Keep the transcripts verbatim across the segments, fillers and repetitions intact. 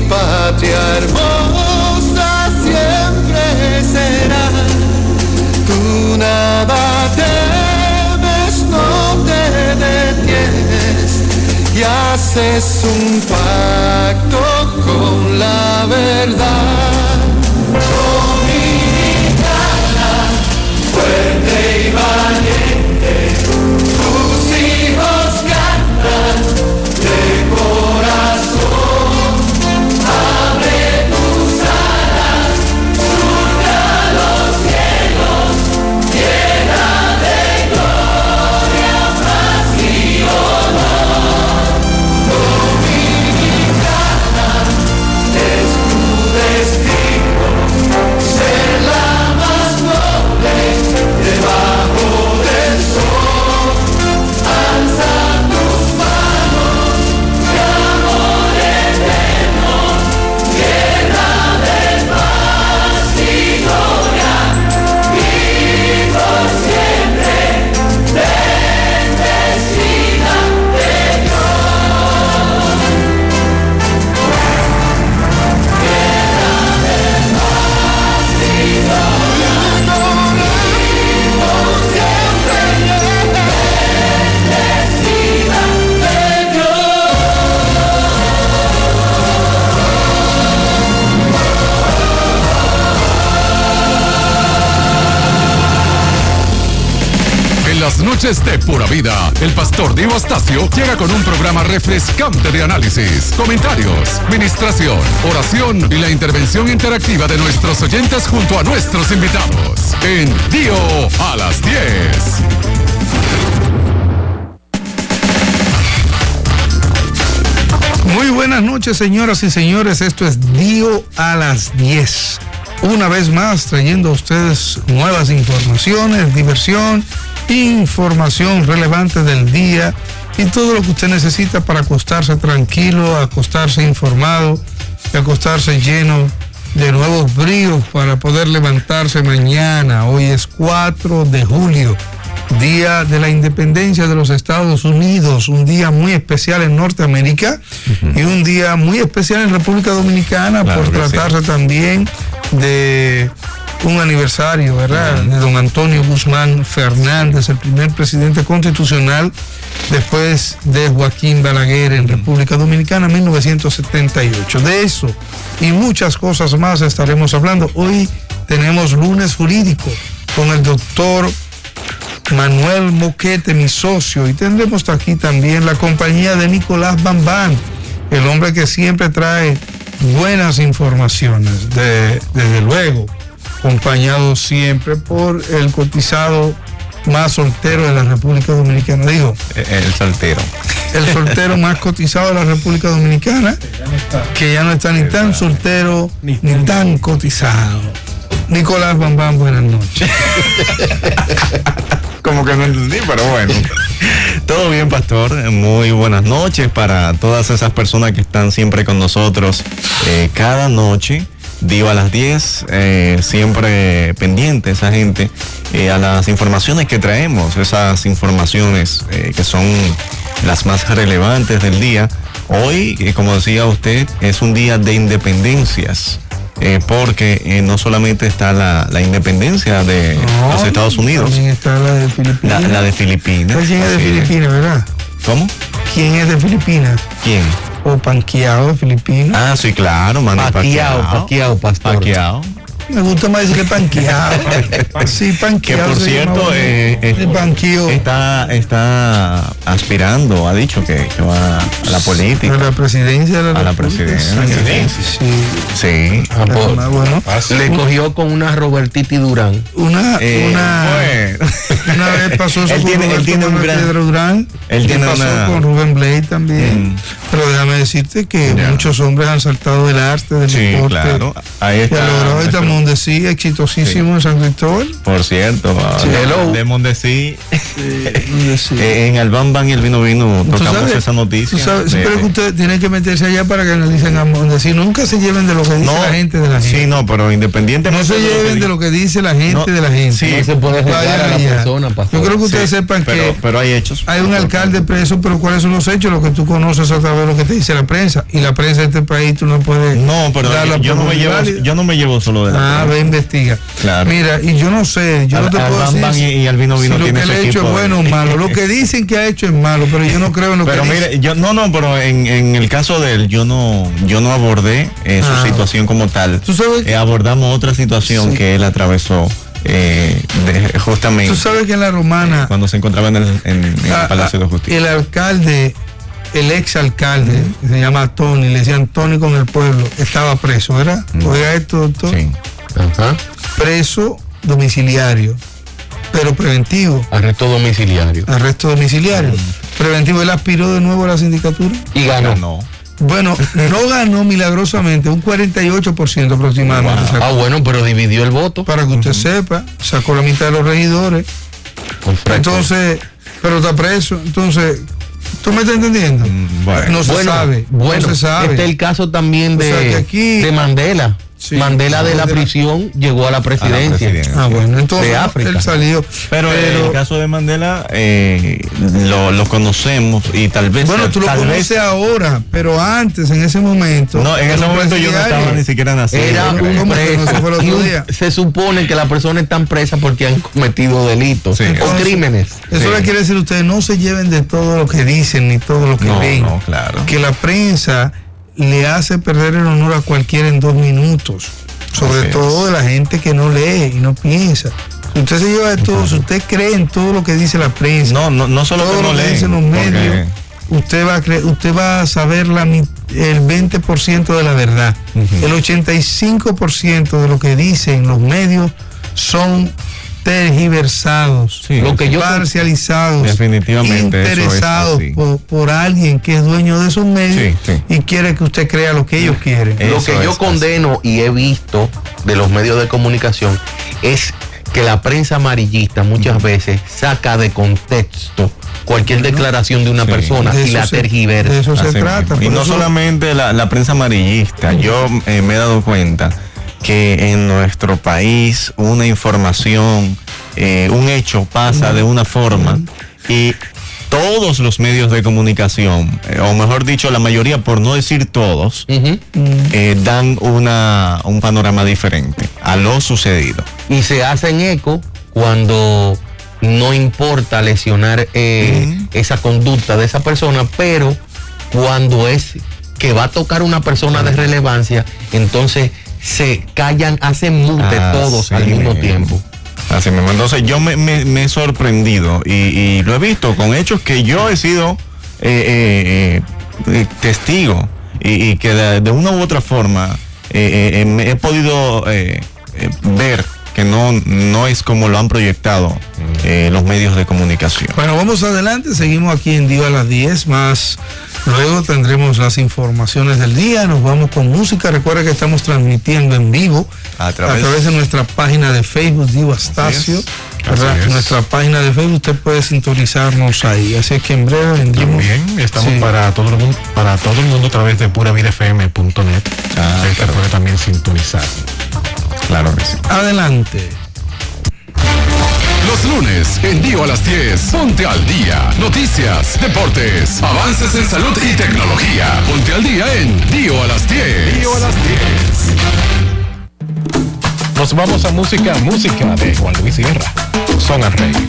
patria hermosa siempre será. Tú nada temes, no te detienes y haces un pacto con la verdad. Dominicana, fuerte y valiente, tus hijos cantan de corazón. Abre tus alas, surca los cielos, llena de gloria, paz y honor. Dominicana, es tu destino, ser la más noble debajo del sol. Alza tus manos de amor eterno, llena de paz y gloria, y por siempre bendecida de Dios. Llena de paz y gloria, y por siempre bendecida de Dios. En las noches de Pura Vida, el pastor Diego Astacio llega con un programa refrescante de análisis, comentarios, ministración, oración y la intervención interactiva de nuestros oyentes junto a nuestros invitados. En Dio a las diez. Muy buenas noches, señoras y señores. Esto es Dio a las diez. Una vez más, trayendo a ustedes nuevas informaciones, diversión, información relevante del día y todo lo que usted necesita para acostarse tranquilo, acostarse informado, acostarse lleno de nuevos bríos para poder levantarse mañana. Hoy es cuatro de julio, Día de la Independencia de los Estados Unidos, un día muy especial en Norteamérica uh-huh. y un día muy especial en República Dominicana, claro, por tratarse sí. también de un aniversario, ¿verdad?, uh-huh. de don Antonio Guzmán Fernández, el primer presidente constitucional después de Joaquín Balaguer en República Dominicana, mil novecientos setenta y ocho. De eso y muchas cosas más estaremos hablando. Hoy tenemos lunes jurídico con el doctor Manuel Moquete, mi socio, y tendremos aquí también la compañía de Nicolás Bambán, el hombre que siempre trae buenas informaciones, de, desde luego, acompañado siempre por el cotizado más soltero de la República Dominicana, digo. El soltero. El soltero más cotizado de la República Dominicana, que ya no está ni tan soltero ni tan cotizado. Nicolás Bambán, buenas noches. Como que no entendí, pero bueno. Todo bien, pastor. Muy buenas noches para todas esas personas que están siempre con nosotros eh, cada noche. Digo a las diez, eh, siempre pendiente esa gente eh, a las informaciones que traemos, esas informaciones eh, que son las más relevantes del día. Hoy, eh, como decía usted, es un día de independencias. Eh, porque eh, no solamente está la, la independencia de no, los Estados Unidos, también está la de Filipinas. La, la de Filipinas. ¿Quién es de Filipinas, verdad? ¿Cómo? ¿Quién es de Filipinas? ¿Quién? O Panqueado de Filipinas. Ah, sí, claro, Manny Pacquiao. Pacquiao, pastor. Pacquiao. Me gusta más decir que Panqueado. Sí, Panqueado. Que por cierto, eh, eh, está, está aspirando, ha dicho que, que va a la política. A la presidencia de la A la presidencia. Sí. Sí. Ah, pues, bueno, le cogió con una Robertiti Durán. Una, eh, una, bueno. una vez pasó eso él con tiene, Roberto él tiene un gran, Piedra Durán. Él y tiene pasó una, con Rubén Blade también. Mm. Pero déjame decirte que yeah. muchos hombres han saltado del arte, del sí, deporte. Claro. Ahí está. Y a logrado esta Mondesí, exitosísimo sí. en San Cristóbal. Por cierto, sí. de Mondesí. Eh, sí. Eh, en el Bam Bam y el Vino Vino tocamos sabes, esa noticia. Tú sabes, de, pero que ustedes tienen que meterse allá para que analicen ambos. Decir, nunca se lleven de lo que dice no, la gente de la gente. Sí, no, pero independientemente. No se lleven de lo que dice la gente no, de la gente. Sí, no se puede juzgar a la allá. persona, pastor. Yo creo que ustedes sí, sepan pero, que pero hay hechos. hay un alcalde preso, pero ¿cuáles son los hechos? Lo que tú conoces a través de lo que te dice la prensa. Y la prensa de este país tú no puedes. No, pero yo, yo no me llevo, yo no me llevo solo de la Ah, ve, investiga. Claro. Mira, y yo no sé, yo al, no te al puedo Bam decir Bam y, y al Vino Vino si lo tiene que su le ha hecho equipo es bueno o de- malo. Lo que dicen que ha hecho es malo, pero yo no creo en lo Pero que mire, dice. yo no, no, pero en, en el caso de él, yo no, yo no abordé eh, su Ah. situación como tal. Tú sabes que- Eh, abordamos otra situación Sí. que él atravesó eh, de- justamente Tú sabes que en la romana, cuando se encontraba en el, en- en el ah, Palacio de ah, Justicia. el alcalde, el ex alcalde, que se llama Tony, le decían Tony con el pueblo, estaba preso, ¿verdad? Oiga esto, doctor. Sí. Ajá. Preso domiciliario, pero preventivo. Arresto domiciliario. Arresto domiciliario. Preventivo, él aspiró de nuevo a la sindicatura. Y ganó. No. Bueno, no ganó milagrosamente, un cuarenta y ocho por ciento aproximadamente. Wow. sacó. Ah, bueno, pero dividió el voto. Para que usted sepa, sacó la mitad de los regidores. Correcto. Entonces, pero está preso. Entonces, ¿tú me estás entendiendo? Mm, bueno. No se bueno, sabe. Bueno, no se sabe. este es el caso también O de, sea, que aquí- de Mandela. Sí. Mandela de la Mandela. prisión llegó a la presidencia. presidencia. Ah, bueno, entonces De África. él salió. Pero, en el caso de Mandela eh, lo, lo conocemos y tal vez bueno, tú lo tal conoces vez, ahora, pero antes, en ese momento. no, en ese los momento yo no estaba presidiarios- ni siquiera nacido. Era yo creo. un ¿Cómo que no? preso. Eso fue el otro Y un- día. se supone que las personas están presas porque han cometido delitos Sí. o Entonces, crímenes. Eso Sí. le quiere decir, ustedes no se lleven de todo lo que dicen ni todo lo que No, ven. no, claro. Que la prensa le hace perder el honor a cualquiera en dos minutos. Sobre Así todo es. de la gente que no lee y no piensa. Si usted se lleva de todo, si usted cree en todo lo que dice la prensa, No, no, no solo todo que no lo que leen, dicen los porque- medios, usted va a creer, usted va a saber la, mi- el veinte por ciento de la verdad. Ujú. El ochenta y cinco por ciento de lo que dicen los medios son tergiversados, Sí, Lo que yo parcializados, Definitivamente eso es interesados así. por, por alguien que es dueño de esos medios Sí, sí. y quiere que usted crea lo que ellos quieren. Eh, Lo Eso que yo es condeno y he visto de los medios de comunicación es que la prensa amarillista muchas veces saca de contexto cualquier declaración de una Sí. persona De y eso la se- tergiversa. de eso se Así trata. mismo. Y por no eso- solamente la, la prensa amarillista, yo eh, me he dado cuenta que en nuestro país una información, eh, un hecho pasa de una forma y todos los medios de comunicación, eh, o mejor dicho, la mayoría, por no decir todos, Ujú. eh, dan una, un panorama diferente a lo sucedido. Y se hacen eco cuando no importa lesionar eh, Ujú. esa conducta de esa persona, pero cuando es que va a tocar una persona de relevancia, entonces se callan, hacen mute todos Así al mismo mismo. tiempo. Así mismo. Entonces yo me, me- me he sorprendido y, y lo he visto con hechos que yo he sido eh, eh, eh, testigo y, y que de, de una u otra forma eh, eh, me he podido eh, eh, ver que no, no es como lo han proyectado eh, los medios de comunicación. Bueno, vamos adelante, seguimos aquí en Día a las diez, más luego tendremos las informaciones del día, nos vamos con música. Recuerda que estamos transmitiendo en vivo A través- de nuestra página de Facebook, Divo Astacio. Así ¿verdad? Así es. Nuestra página de Facebook, usted puede sintonizarnos ahí. Así es que en breve vendremos. También estamos Sí. para todo el mundo, para todo el mundo a través de pura vida f m punto net. Ah, Usted claro. puede también sintonizar. Claro que sí. Adelante. Los lunes, en Dio a las diez, ponte al día. Noticias, deportes, avances en salud y tecnología. Ponte al día en Dio a las diez. Dio a las diez. Nos vamos a música, música de Juan Luis Sierra. Son al rey.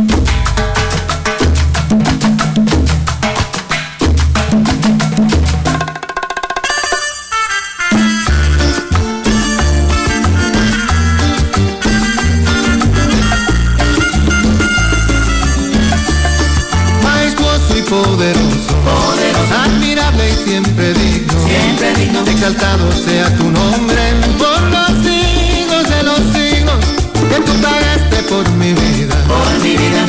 Majestuoso y poderoso, admirable y siempre digno, exaltado sea tu nombre por los siglos de los siglos, que tú pagaste por mi vida,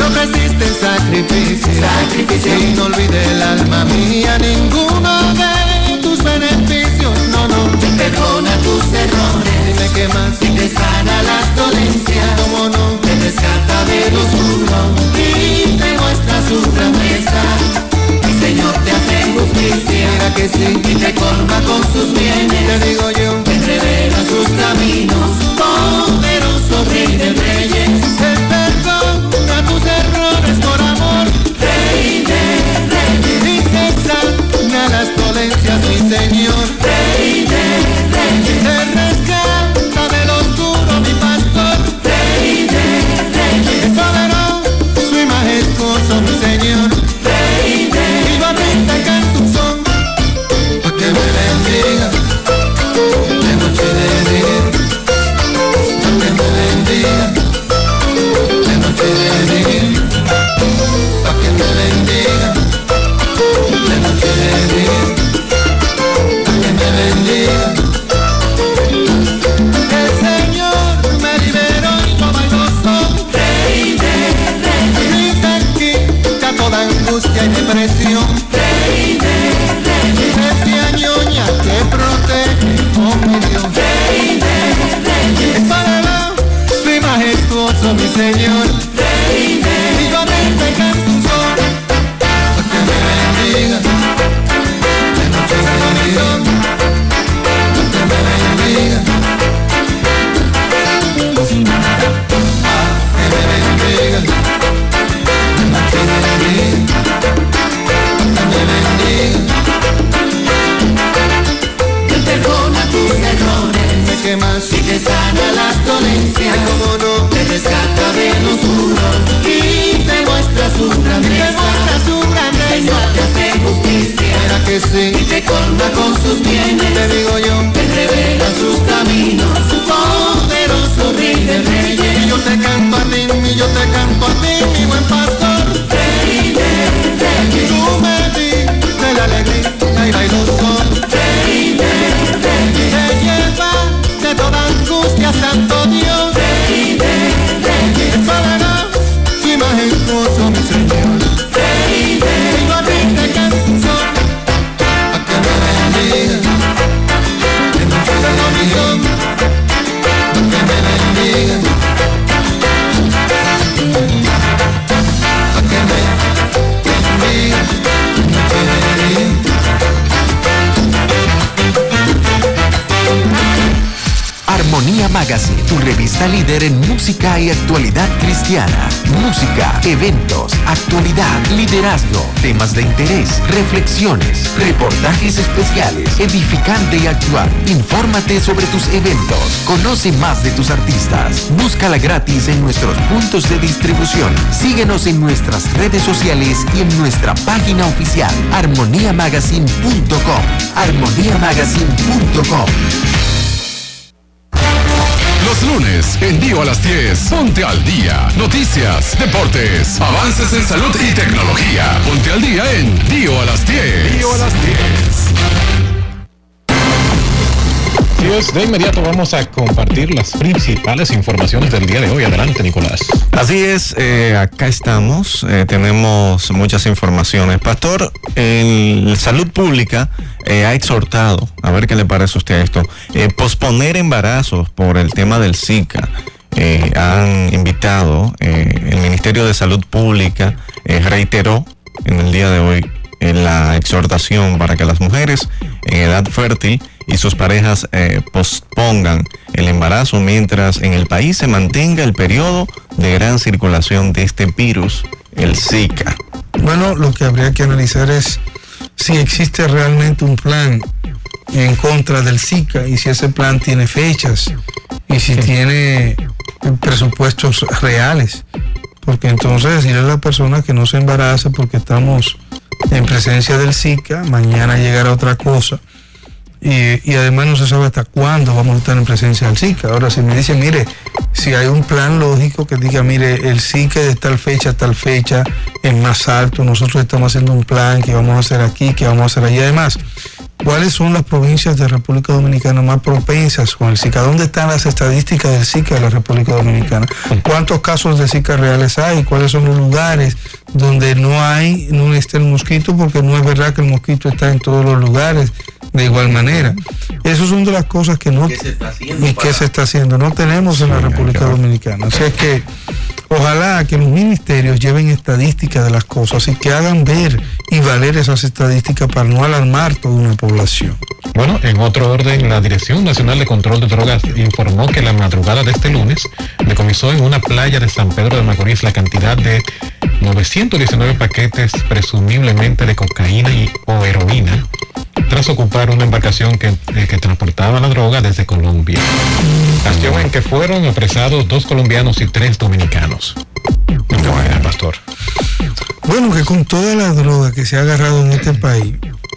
gozo, mi Señor. Reine, y yo te canto sol, para que me bendiga de noche y de día, para que me bendiga, para que me bendiga de noche y de día, para que me bendiga. Que perdona tus errores, me quemas y te sana las dolencias, como no, te rescata del oscuro y te muestra su grandeza, te muestra su grandeza, Señor te hace justicia, ¿será que sí? Y te colma con sus bienes, te digo yo, te revela sus caminos, su poderoso Rey de Reyes. Y yo te canto a ti, y yo te canto a ti, mi buen pastor, Rey de Reyes. Tú me diste la alegría y la ilusión, Rey de Reyes. Te lleva de toda angustia, Santo Dios, Rey de Reyes. Es soberano y majestuoso, mi Señor, Rey de Reyes. Y yo a ti te canto a que me bendiga de noche y de día, a que me bendiga, a que me bendiga de noche y de día. Armonía Magazine, tu revista líder en música y actualidad cristiana. Música, eventos, actualidad, liderazgo, temas de interés, reflexiones, reportajes especiales, edificante y actual. Infórmate sobre tus eventos, conoce más de tus artistas. Búscala gratis en nuestros puntos de distribución. Síguenos en nuestras redes sociales y en nuestra página oficial, armonía magazine punto com. armonía magazine punto com. Los lunes, en Dio a las diez, ponte al día. Noticias, deportes, avances en salud y tecnología. Ponte al día en Dio a las diez. Dio a las diez. Dios, de inmediato vamos a compartir las principales informaciones del día de hoy. Adelante, Nicolás. Así es, eh, acá estamos, eh, tenemos muchas informaciones. Pastor, el Salud Pública eh, ha exhortado, a ver qué le parece a usted esto, eh, posponer embarazos por el tema del Zika. Eh, han invitado, eh, el Ministerio de Salud Pública eh, reiteró en el día de hoy eh, la exhortación para que las mujeres en edad fértil y sus parejas eh, pospongan el embarazo mientras en el país se mantenga el periodo de gran circulación de este virus, el Zika. Bueno, lo que habría que analizar es si existe realmente un plan en contra del Zika y si ese plan tiene fechas y si tiene presupuestos reales, porque entonces decirle a la persona que no se embarace porque estamos en presencia del Zika, mañana llegará otra cosa. Y, y además no se sabe hasta cuándo vamos a estar en presencia del Zika. Ahora, si me dicen, mire, si hay un plan lógico que diga, mire, el Zika de tal fecha a tal fecha es más alto, nosotros estamos haciendo un plan que vamos a hacer aquí, que vamos a hacer allá. Además, ¿cuáles son las provincias de República Dominicana más propensas con el Zika? ¿Dónde están las estadísticas del Zika de la República Dominicana? ¿Cuántos casos de Zika reales hay? ¿Cuáles son los lugares donde no hay, no está el mosquito? Porque no es verdad que el mosquito está en todos los lugares de igual manera. Esas son de las cosas que no... ¿Qué se está haciendo? ¿Y qué se está haciendo? No tenemos en la República Dominicana. Así es que ojalá que los ministerios lleven estadísticas de las cosas y que hagan ver y valer esas estadísticas para no alarmar toda una población. Bueno, en otro orden, la Dirección Nacional de Control de Drogas informó que la madrugada de este lunes decomisó en una playa de San Pedro de Macorís la cantidad de novecientos diecinueve paquetes presumiblemente de cocaína y o heroína tras ocupar una embarcación que, eh, que transportaba la droga desde Colombia. Acción en que fueron apresados dos colombianos y tres dominicanos. Bueno, pastor. Bueno, que con toda la droga que se ha agarrado en este país.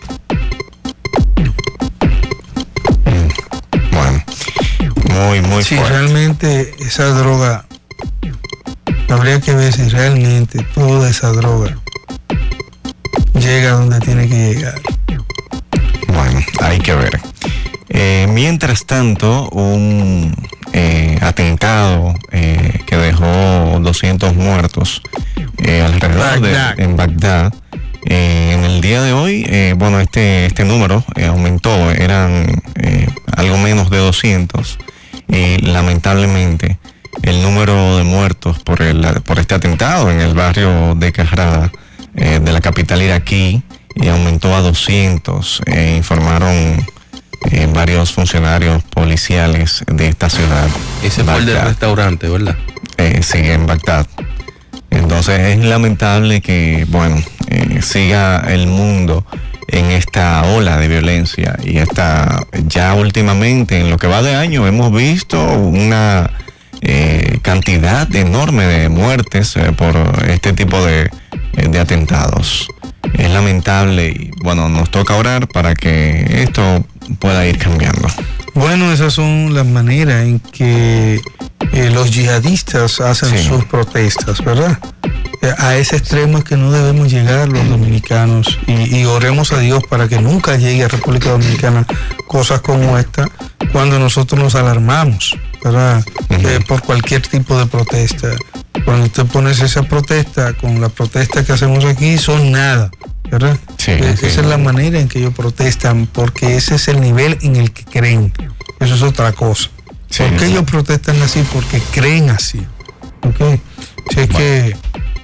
Bueno, muy, muy si fuerte. Realmente esa droga, habría que ver si realmente toda esa droga llega donde tiene que llegar. Bueno, hay que ver. Eh, mientras tanto, un eh, atentado eh, que dejó doscientos muertos eh, alrededor Bagdad. de en Bagdad. Eh, en el día de hoy, eh, bueno, este este número eh, aumentó, eran eh, algo menos de doscientos. Y lamentablemente el número de muertos por, el, por este atentado en el barrio de Carrada, eh, de la capital iraquí, y aumentó a doscientos, eh, informaron eh, varios funcionarios policiales de esta ciudad. Ese fue el del restaurante, ¿verdad? Eh, sí, en Bagdad. Entonces es lamentable que, bueno, eh, siga el mundo en esta ola de violencia, y esta, ya últimamente, en lo que va de año, hemos visto una eh, cantidad enorme de muertes eh, por este tipo de, de atentados. Es lamentable y, bueno, nos toca orar para que esto pueda ir cambiando. Bueno, esas son las maneras en que eh, los yihadistas hacen sí. sus protestas, ¿verdad? Eh, a ese extremo es que no debemos llegar los dominicanos, y, y oremos a Dios para que nunca llegue a República Dominicana cosas como esta, cuando nosotros nos alarmamos, ¿verdad? Uh-huh. Eh, por cualquier tipo de protesta. Cuando usted pone esa protesta con la protesta que hacemos aquí, son nada, ¿verdad? Sí, eh, sí. Esa es la manera en que ellos protestan, porque ese es el nivel en el que creen. Eso es otra cosa. Sí, ¿por qué sí. ellos protestan así? Porque creen así. ¿Ok? Si es bueno. que...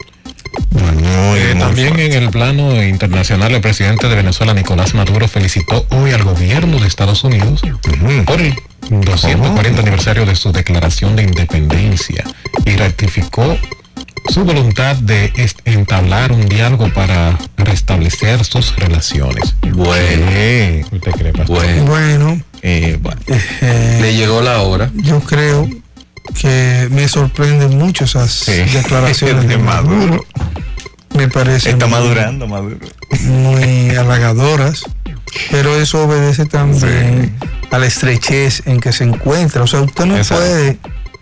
Bueno, eh, también en el plano internacional, el presidente de Venezuela, Nicolás Maduro, felicitó hoy al gobierno de Estados Unidos uh-huh. por el doscientos cuarenta uh-huh. aniversario de su declaración de independencia, y ratificó su voluntad de entablar un diálogo para restablecer sus relaciones. Bueno, ¿usted cree, pastor? Bueno, bueno, eh, bueno. Eh, le llegó la hora. Yo creo que me sorprenden mucho esas sí. declaraciones de Maduro. Me parece está muy, madurando Maduro muy halagadoras, pero eso obedece también sí. a la estrechez en que se encuentra. O sea, usted no Exacto. puede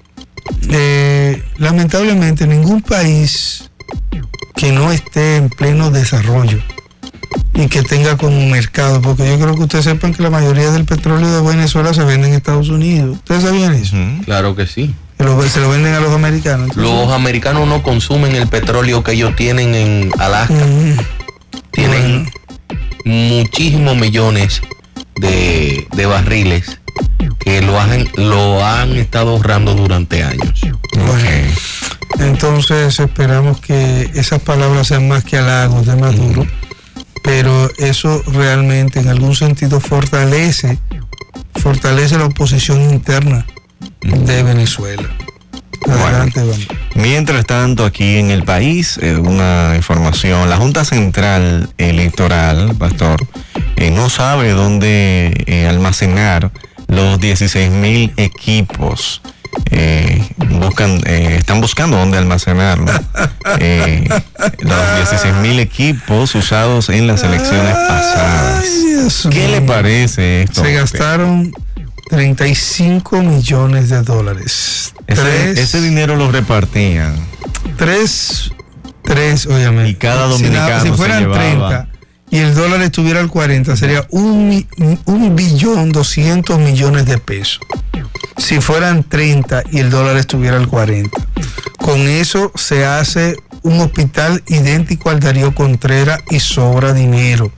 eh, lamentablemente ningún país que no esté en pleno desarrollo y que tenga como mercado, porque yo creo que ustedes sepan que la mayoría del petróleo de Venezuela se vende en Estados Unidos. ¿Ustedes sabían eso? Uh-huh. Claro que sí. Se lo, se lo venden a los americanos. Entonces, los americanos no consumen el petróleo que ellos tienen en Alaska. Uh-huh. Tienen bueno. muchísimos millones de, de barriles que lo han, lo han estado ahorrando durante años. Bueno, okay. Entonces esperamos que esas palabras sean más que halagos de Maduro. Uh-huh. Pero eso realmente en algún sentido fortalece, fortalece la oposición interna de Venezuela. Adelante, bueno, vamos. Mientras tanto, aquí en el país, eh, una información, la Junta Central Electoral, pastor, eh, no sabe dónde eh, almacenar los dieciséis mil equipos. Eh, buscan, eh, están buscando dónde almacenarlo. Eh, los dieciséis mil equipos usados en las elecciones pasadas. Ay, ¿qué le parece esto? Se gastaron treinta y cinco millones de dólares. Ese, tres, ese dinero lo repartían. Tres, tres, obviamente. Y cada dominicano si, si fueran se llevaba treinta y el dólar estuviera al cuarenta, sería un, un billón doscientos millones de pesos. Si fueran treinta y el dólar estuviera al cuarenta. Con eso se hace un hospital idéntico al Darío Contreras y sobra dinero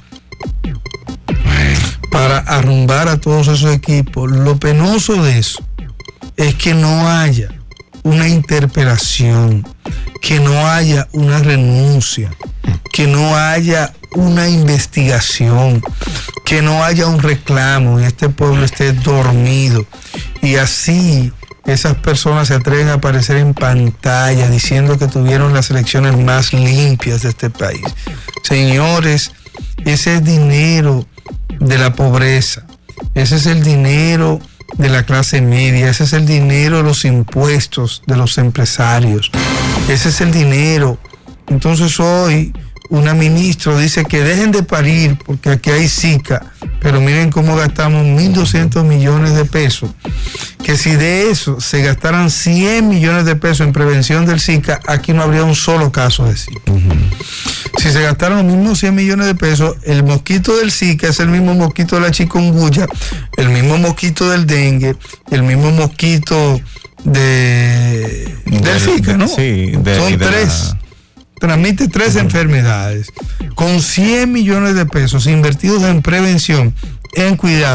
para arrumbar a todos esos equipos. Lo penoso de eso es que no haya una interpelación, que no haya una renuncia, que no haya una investigación, que no haya un reclamo y este pueblo esté dormido. Y así esas personas se atreven a aparecer en pantalla diciendo que tuvieron las elecciones más limpias de este país. Señores, ese es dinero de la pobreza, ese es el dinero de la clase media, ese es el dinero de los impuestos de los empresarios, ese es el dinero. Entonces hoy una ministra dice que dejen de parir porque aquí hay Zika, pero miren cómo gastamos mil doscientos millones de pesos, que si de eso se gastaran cien millones de pesos en prevención del Zika, aquí no habría un solo caso de Zika. Uh-huh. Si se gastaron los mismos cien millones de pesos, el mosquito del Zika es el mismo mosquito de la chikungunya, el mismo mosquito del dengue, el mismo mosquito de, del, del Zika, ¿no? Sí, de, son de tres. La... Transmite tres uh-huh. enfermedades. Con cien millones de pesos invertidos en prevención, en cuidado,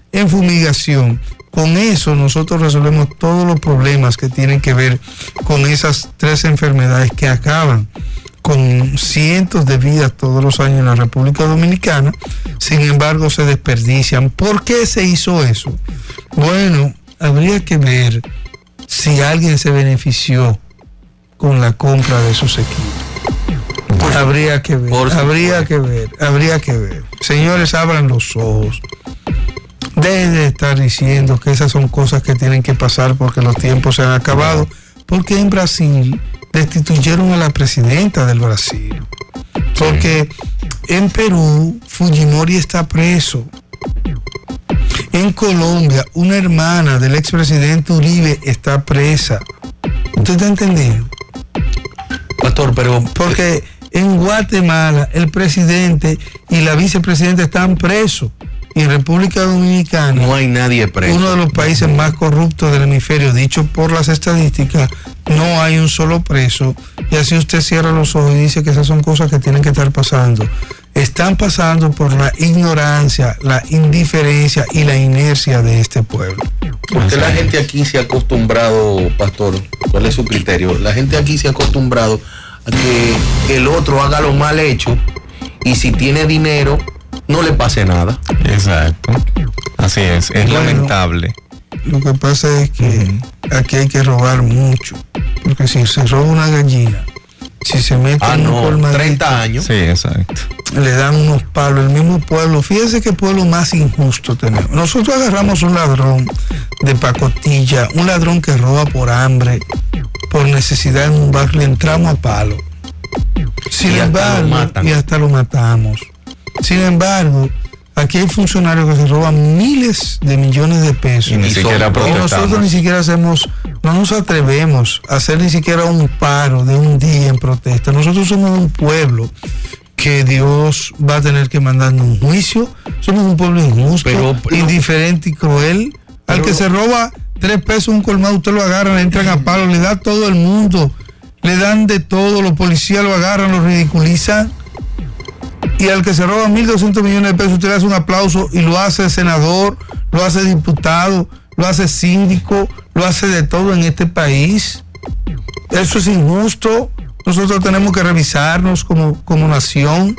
en fumigación. Con eso nosotros resolvemos todos los problemas que tienen que ver con esas tres enfermedades que acaban con cientos de vidas todos los años en la República Dominicana. Sin embargo, se desperdician. ¿Por qué se hizo eso? Bueno, habría que ver si alguien se benefició con la compra de esos equipos. Por habría que ver, habría que ver, habría que ver. Señores, abran los ojos. Dejen de estar diciendo que esas son cosas que tienen que pasar porque los tiempos se han acabado. Porque en Brasil destituyeron a la presidenta del Brasil. Porque en Perú Fujimori está preso. En Colombia una hermana del expresidente Uribe está presa. ¿Usted está entendiendo? Pastor, pero... Porque en Guatemala el presidente y la vicepresidenta están presos. Y en República Dominicana no hay nadie preso. Uno de los países más corruptos del hemisferio, dicho por las estadísticas, no hay un solo preso. Y así usted cierra los ojos y dice que esas son cosas que tienen que estar pasando. Están pasando por la ignorancia, la indiferencia y la inercia de este pueblo. Porque la gente aquí se ha acostumbrado, pastor, ¿cuál es su criterio? La gente aquí se ha acostumbrado a que el otro haga lo mal hecho y si tiene dinero no le pase nada. Exacto. Así es, es bueno, lamentable. Lo que pasa es que uh-huh. aquí hay que robar mucho. Porque si se roba una gallina, si se mete ah, en un no, colmadito, treinta años. Sí, exacto. Le dan unos palos. El mismo pueblo, fíjense qué pueblo más injusto tenemos. Nosotros agarramos un ladrón de pacotilla, un ladrón que roba por hambre, por necesidad en un barrio, le entramos a palo. Sin y embargo, hasta y hasta lo matamos. Sin embargo, aquí hay funcionarios que se roban miles de millones de pesos. Y ni y siquiera son, protestamos. Y nosotros ni siquiera hacemos, no nos atrevemos a hacer ni siquiera un paro de un día en protesta. Nosotros somos un pueblo que Dios va a tener que mandarnos un juicio. Somos un pueblo injusto, pero, pero, indiferente y cruel. Al que se roba tres pesos un colmado, usted lo agarra, le entran a palo, le da a todo el mundo, le dan de todo, los policías lo agarran, lo ridiculizan. Y al que se roba mil doscientos millones de pesos, usted le hace un aplauso y lo hace senador, lo hace diputado, lo hace síndico, lo hace de todo en este país. Eso es injusto. Nosotros tenemos que revisarnos como, como nación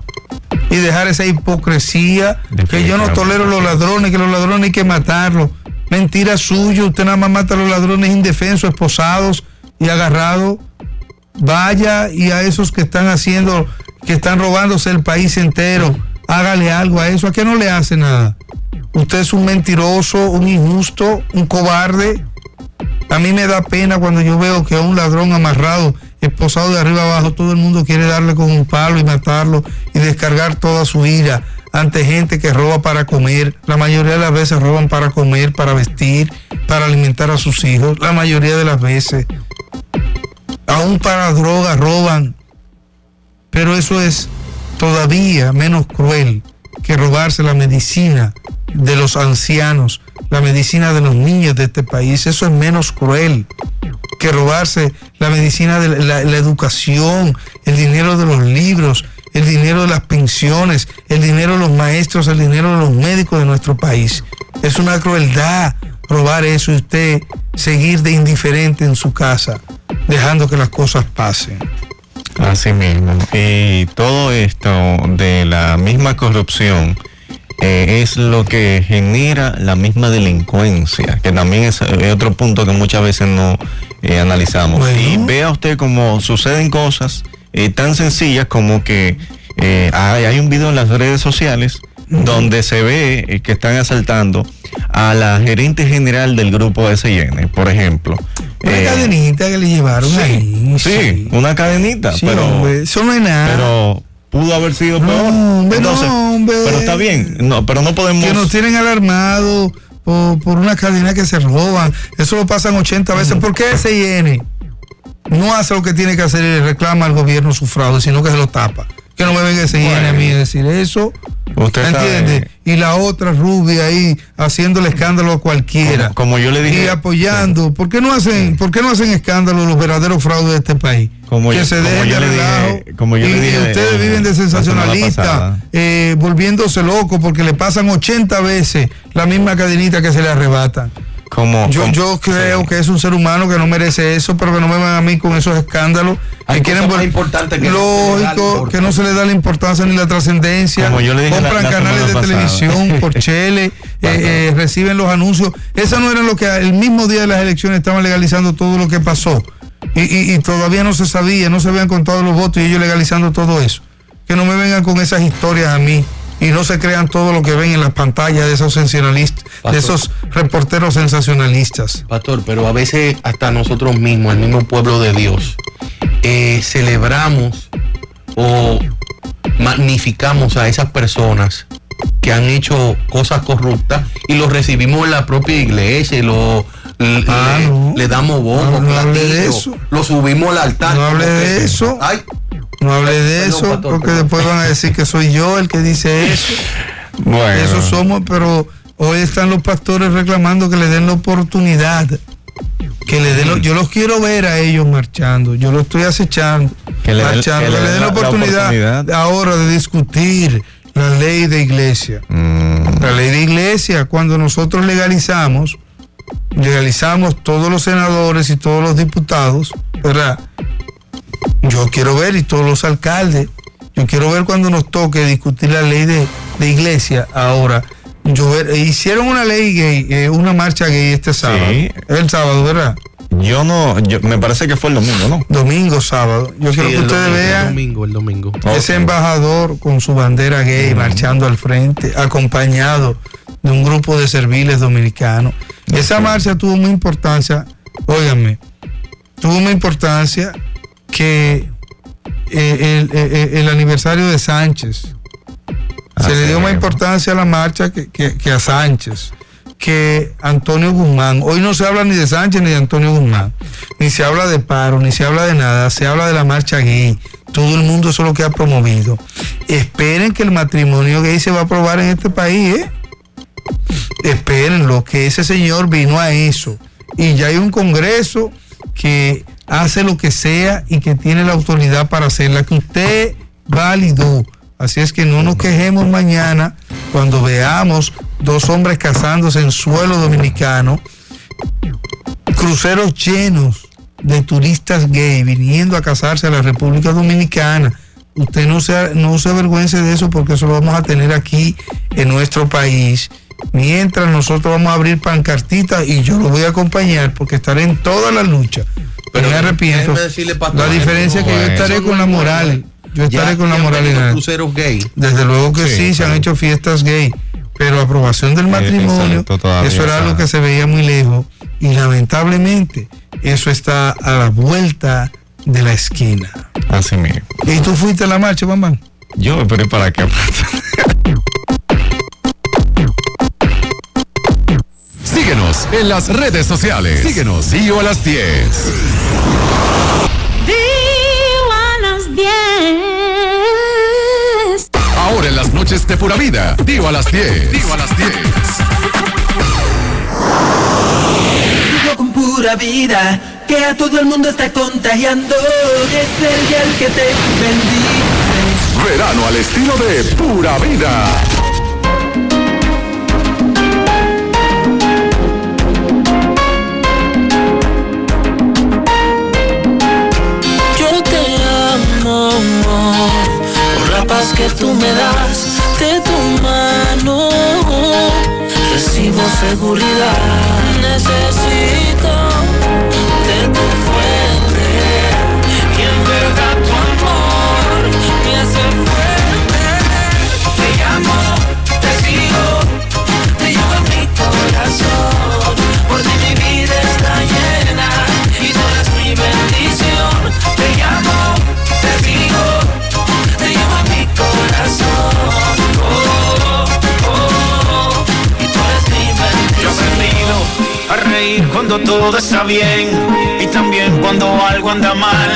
y dejar esa hipocresía, que yo no tolero los ladrones, que los ladrones hay que matarlos. Mentira suya, usted nada más mata a los ladrones indefensos, esposados y agarrados. Vaya y a esos que están haciendo, que están robándose el país entero, hágale algo a eso. ¿A qué no le hace nada? Usted es un mentiroso, un injusto, un cobarde. A mí me da pena cuando yo veo que a un ladrón amarrado, esposado de arriba abajo, todo el mundo quiere darle con un palo y matarlo y descargar toda su ira ante gente que roba para comer. La mayoría de las veces roban para comer, para vestir, para alimentar a sus hijos. La mayoría de las veces. Aún para drogas roban. Pero eso es todavía menos cruel que robarse la medicina de los ancianos, la medicina de los niños de este país. Eso es menos cruel que robarse la medicina de la, la educación, el dinero de los libros, el dinero de las pensiones, el dinero de los maestros, el dinero de los médicos de nuestro país. Es una crueldad robar eso y usted seguir de indiferente en su casa, dejando que las cosas pasen. Así mismo. Y todo esto de la misma corrupción eh, es lo que genera la misma delincuencia, que también es, es otro punto que muchas veces no eh, analizamos. Bueno. Y vea usted cómo suceden cosas eh, tan sencillas como que eh, hay, hay un video en las redes sociales uh-huh. donde se ve eh, que están asaltando a la gerente general del grupo S y N, por ejemplo. Una eh, cadenita que le llevaron sí, ahí. Sí, sí, una cadenita. Sí, pero hombre, eso no es nada. Pero pudo haber sido no, peor. Hombre, Entonces, no, hombre. Pero está bien, no, pero no podemos... Que nos tienen alarmados por, por una cadena que se roban. Eso lo pasan ochenta veces. ¿Por qué S y N no hace lo que tiene que hacer y le reclama al gobierno su fraude, sino que se lo tapa? Que no me venga ese bueno. a mí a decir eso. Usted ¿entiende? sabe. Y la otra rubia ahí haciéndole escándalo a cualquiera. Como, como yo le dije. Y apoyando. Sí. ¿Por qué no hacen, ¿por qué no hacen escándalo los verdaderos fraudes de este país? Como que yo, se dejen de relajo. Como yo y, le dije, y ustedes eh, viven de sensacionalistas, eh, volviéndose locos porque le pasan ochenta veces la misma cadenita que se le arrebatan. Como, yo, como, yo creo sí. que es un ser humano que no merece eso, pero que no me van a mí con esos escándalos. Hay que quieren más importante que lógico, no que no se le da la importancia ni la trascendencia. Compran la, la canales de pasada. televisión por chele, eh, eh, reciben los anuncios. Eso no era lo que el mismo día de las elecciones estaban legalizando todo lo que pasó. Y, y, y todavía no se sabía, no se habían contado los votos y ellos legalizando todo eso. Que no me vengan con esas historias a mí. Y no se crean todo lo que ven en las pantallas de esos sensacionalistas, Pastor. de esos reporteros sensacionalistas. Pastor, pero a veces hasta nosotros mismos, el mismo pueblo de Dios, eh, celebramos o magnificamos a esas personas que han hecho cosas corruptas y los recibimos en la propia iglesia y lo, ah, le, no. le damos bombo, no, no hable de eso. Lo subimos al altar. No hable de eso. Ay, No hable de eso, pastor, porque perdón. Después van a decir que soy yo el que dice eso. Bueno. Eso somos, pero hoy están los pastores reclamando que le den la oportunidad. Que le den lo, yo los quiero ver a ellos marchando. Yo los estoy acechando. Que le, marchando, que que le den la, la oportunidad, oportunidad ahora de discutir la ley de iglesia. Mm. La ley de iglesia, cuando nosotros legalizamos, legalizamos todos los senadores y todos los diputados, ¿verdad? Yo quiero ver, y todos los alcaldes, yo quiero ver cuando nos toque discutir la ley de, de iglesia ahora. Yo ver, hicieron una ley gay, eh, una marcha gay este sábado. Sí. El sábado, ¿verdad? Yo no, yo, me parece que fue el domingo, ¿no? Domingo, sábado. Yo sí, quiero que ustedes domingo, vean el domingo, el domingo. ese okay. embajador con su bandera gay mm. marchando al frente, acompañado de un grupo de serviles dominicanos. Okay. Esa marcha tuvo una importancia, óiganme, tuvo una importancia que eh, el, el, el aniversario de Sánchez ah, se le dio más importancia a la marcha que, que, que a Sánchez, que Antonio Guzmán. Hoy no se habla ni de Sánchez ni de Antonio Guzmán, ni se habla de paro, ni se habla de nada, se habla de la marcha gay. Todo el mundo eso es lo que ha promovido. Esperen que el matrimonio gay se va a aprobar en este país, ¿eh? Espérenlo, que ese señor vino a eso. Y ya hay un congreso que hace lo que sea y que tiene la autoridad para hacerla, que usted validó. Así es que no nos quejemos mañana cuando veamos dos hombres casándose en suelo dominicano, cruceros llenos de turistas gay viniendo a casarse a la República Dominicana. Usted no se, no se avergüence de eso, porque eso lo vamos a tener aquí en nuestro país. Mientras nosotros vamos a abrir pancartitas y yo lo voy a acompañar porque estaré en toda la lucha. Pero me arrepiento. Decirle, pastor, la diferencia es que bueno, yo estaré con la moral. Yo estaré ya, con la moralidad. Cruceros gay. Desde luego que sí, sí se han hecho fiestas gay. Pero aprobación del matrimonio, todavía, eso era algo que se veía muy lejos. Y lamentablemente, eso está a la vuelta de la esquina. Así mismo. ¿Y tú fuiste a la marcha, Bambán? Yo me esperé para qué. Síguenos en las redes sociales. Síguenos, Dio a las diez. Dio a las diez. Ahora en las noches de Pura Vida, Dio a las diez. Dio a las diez. Sigo con Pura Vida, que a todo el mundo está contagiando. Es el día el que te bendice. Verano al estilo de Pura Vida. La paz que tú me das de tu mano, recibo seguridad. Necesito de tu fuente y en verdad tu amor me hace fuerte. Te llamo, te sigo, te llevo en mi corazón. Por ti mi vida está llena y tú eres mi bendición. Te llamo, te sigo, te llevo en mi corazón. Oh, oh, oh, y tú eres mi bendición. Yo he aprendido a reír cuando todo está bien y también cuando algo anda mal.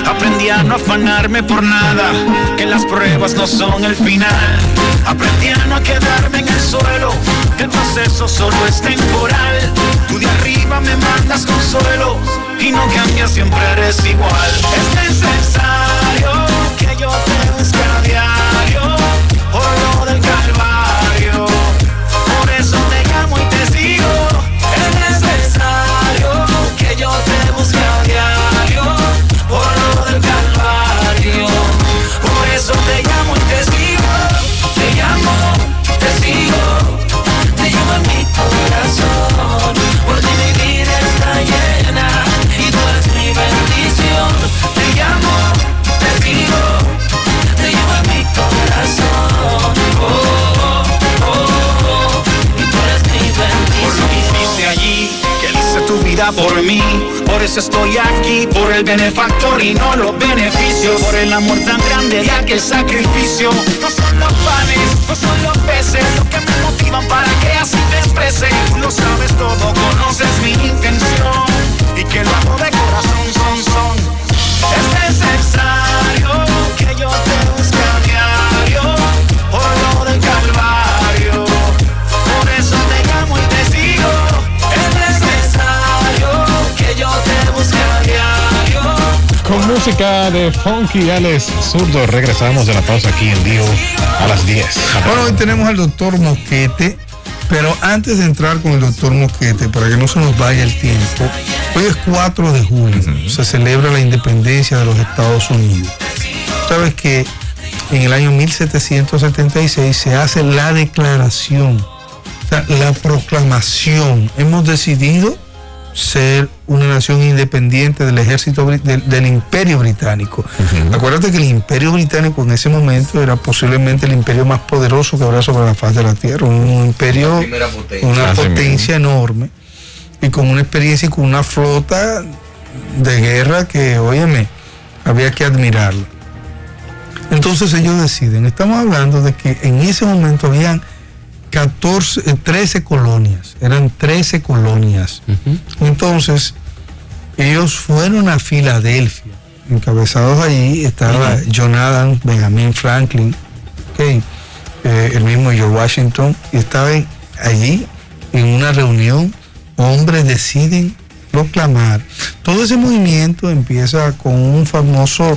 Aprendí a no afanarme por nada, que las pruebas no son el final. Aprendí a no quedarme en el suelo, que el proceso solo es temporal. Tú de arriba me mandas consuelo y no cambias, siempre eres igual. Es necesario que yo te busque a diario por lo del calvario. Por eso te llamo y te sigo. Es necesario que yo te busque a diario por lo del calvario. Por eso te llamo y te sigo. Te llamo, te sigo. Te llevo en mi corazón. Por ti mi vida está llena y tú eres mi bendición. Te llamo, te sigo. Te llevo en mi corazón. Oh, oh, oh, oh. Y tú eres mi bendición. Por lo que hiciste allí, que hice tu vida por mí. Por eso estoy aquí, por el benefactor y no los beneficios. Por el amor tan grande y aquel sacrificio. No son los panes, no son los peces lo que me motivan para que así te exprese. Tú lo sabes todo, conoces mi intención y que lo hago de corazón, son, son. Es necesario que yo te busque a diario por lo del calvario. Por eso te llamo y te sigo. Es necesario que yo te busque a diario. Con música de Funky Alex Zurdo regresamos de la pausa aquí en Dio a las diez. Bueno, hoy tenemos al doctor Mosquete, pero antes de entrar con el doctor Mosquete, para que no se nos vaya el tiempo, hoy es cuatro de julio, uh-huh. se celebra la independencia de los Estados Unidos. Sabes que en el año mil setecientos setenta y seis se hace la declaración, o sea, la proclamación. Hemos decidido ser una nación independiente del ejército del, del imperio británico. Uh-huh. Acuérdate que el imperio británico en ese momento era posiblemente el imperio más poderoso que habrá sobre la faz de la tierra, un imperio, potencia. una Así potencia mismo. enorme, y con una experiencia y con una flota de guerra que, óyeme, había que admirarla. Entonces ellos deciden, estamos hablando de que en ese momento habían catorce, trece colonias, eran trece colonias. Uh-huh. Entonces, ellos fueron a Filadelfia, encabezados allí estaba uh-huh. John Adams, Benjamin Franklin, okay, eh, el mismo George Washington, y estaban allí en una reunión. Hombres deciden proclamar. Todo ese movimiento empieza con un famoso,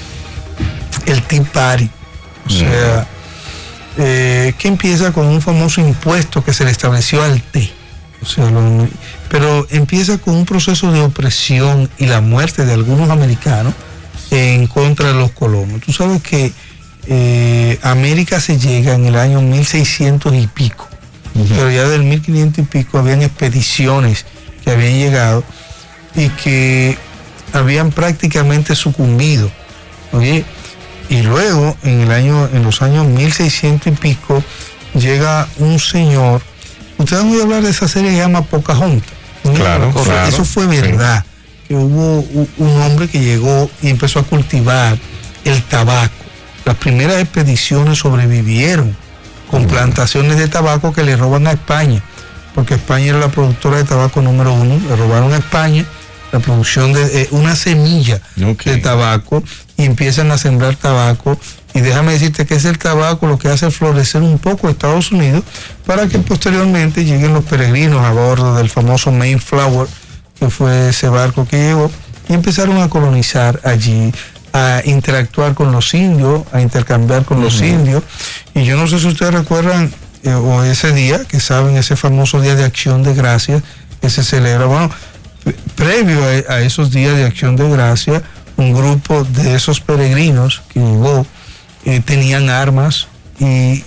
el Tea Party, o uh-huh. sea, Eh, que empieza con un famoso impuesto que se le estableció al té, o sea, lo, pero empieza con un proceso de opresión y la muerte de algunos americanos en contra de los colonos. Tú sabes que eh, América se llega en el año mil seiscientos y pico, uh-huh. pero ya del mil quinientos y pico habían expediciones que habían llegado y que habían prácticamente sucumbido, ¿oye? Y luego, en el año, en los años mil seiscientos y pico, llega un señor. Ustedes han oído hablar de esa serie que se llama Pocahontas. Claro, claro. Eso fue verdad. Sí. Que hubo un hombre que llegó y empezó a cultivar el tabaco. Las primeras expediciones sobrevivieron con uh-huh. plantaciones de tabaco que le roban a España, porque España era la productora de tabaco número uno. Le robaron a España la producción de eh, una semilla okay. de tabaco y empiezan a sembrar tabaco, y déjame decirte que es el tabaco lo que hace florecer un poco Estados Unidos para que posteriormente lleguen los peregrinos a bordo del famoso Mayflower, que fue ese barco que llegó, y empezaron a colonizar allí, a interactuar con los indios, a intercambiar con uh-huh. los indios. Y yo no sé si ustedes recuerdan eh, o ese día, que saben, ese famoso día de Acción de Gracias que se celebra, bueno, previo a, a esos días de Acción de Gracia, un grupo de esos peregrinos que llegó, eh, tenían armas y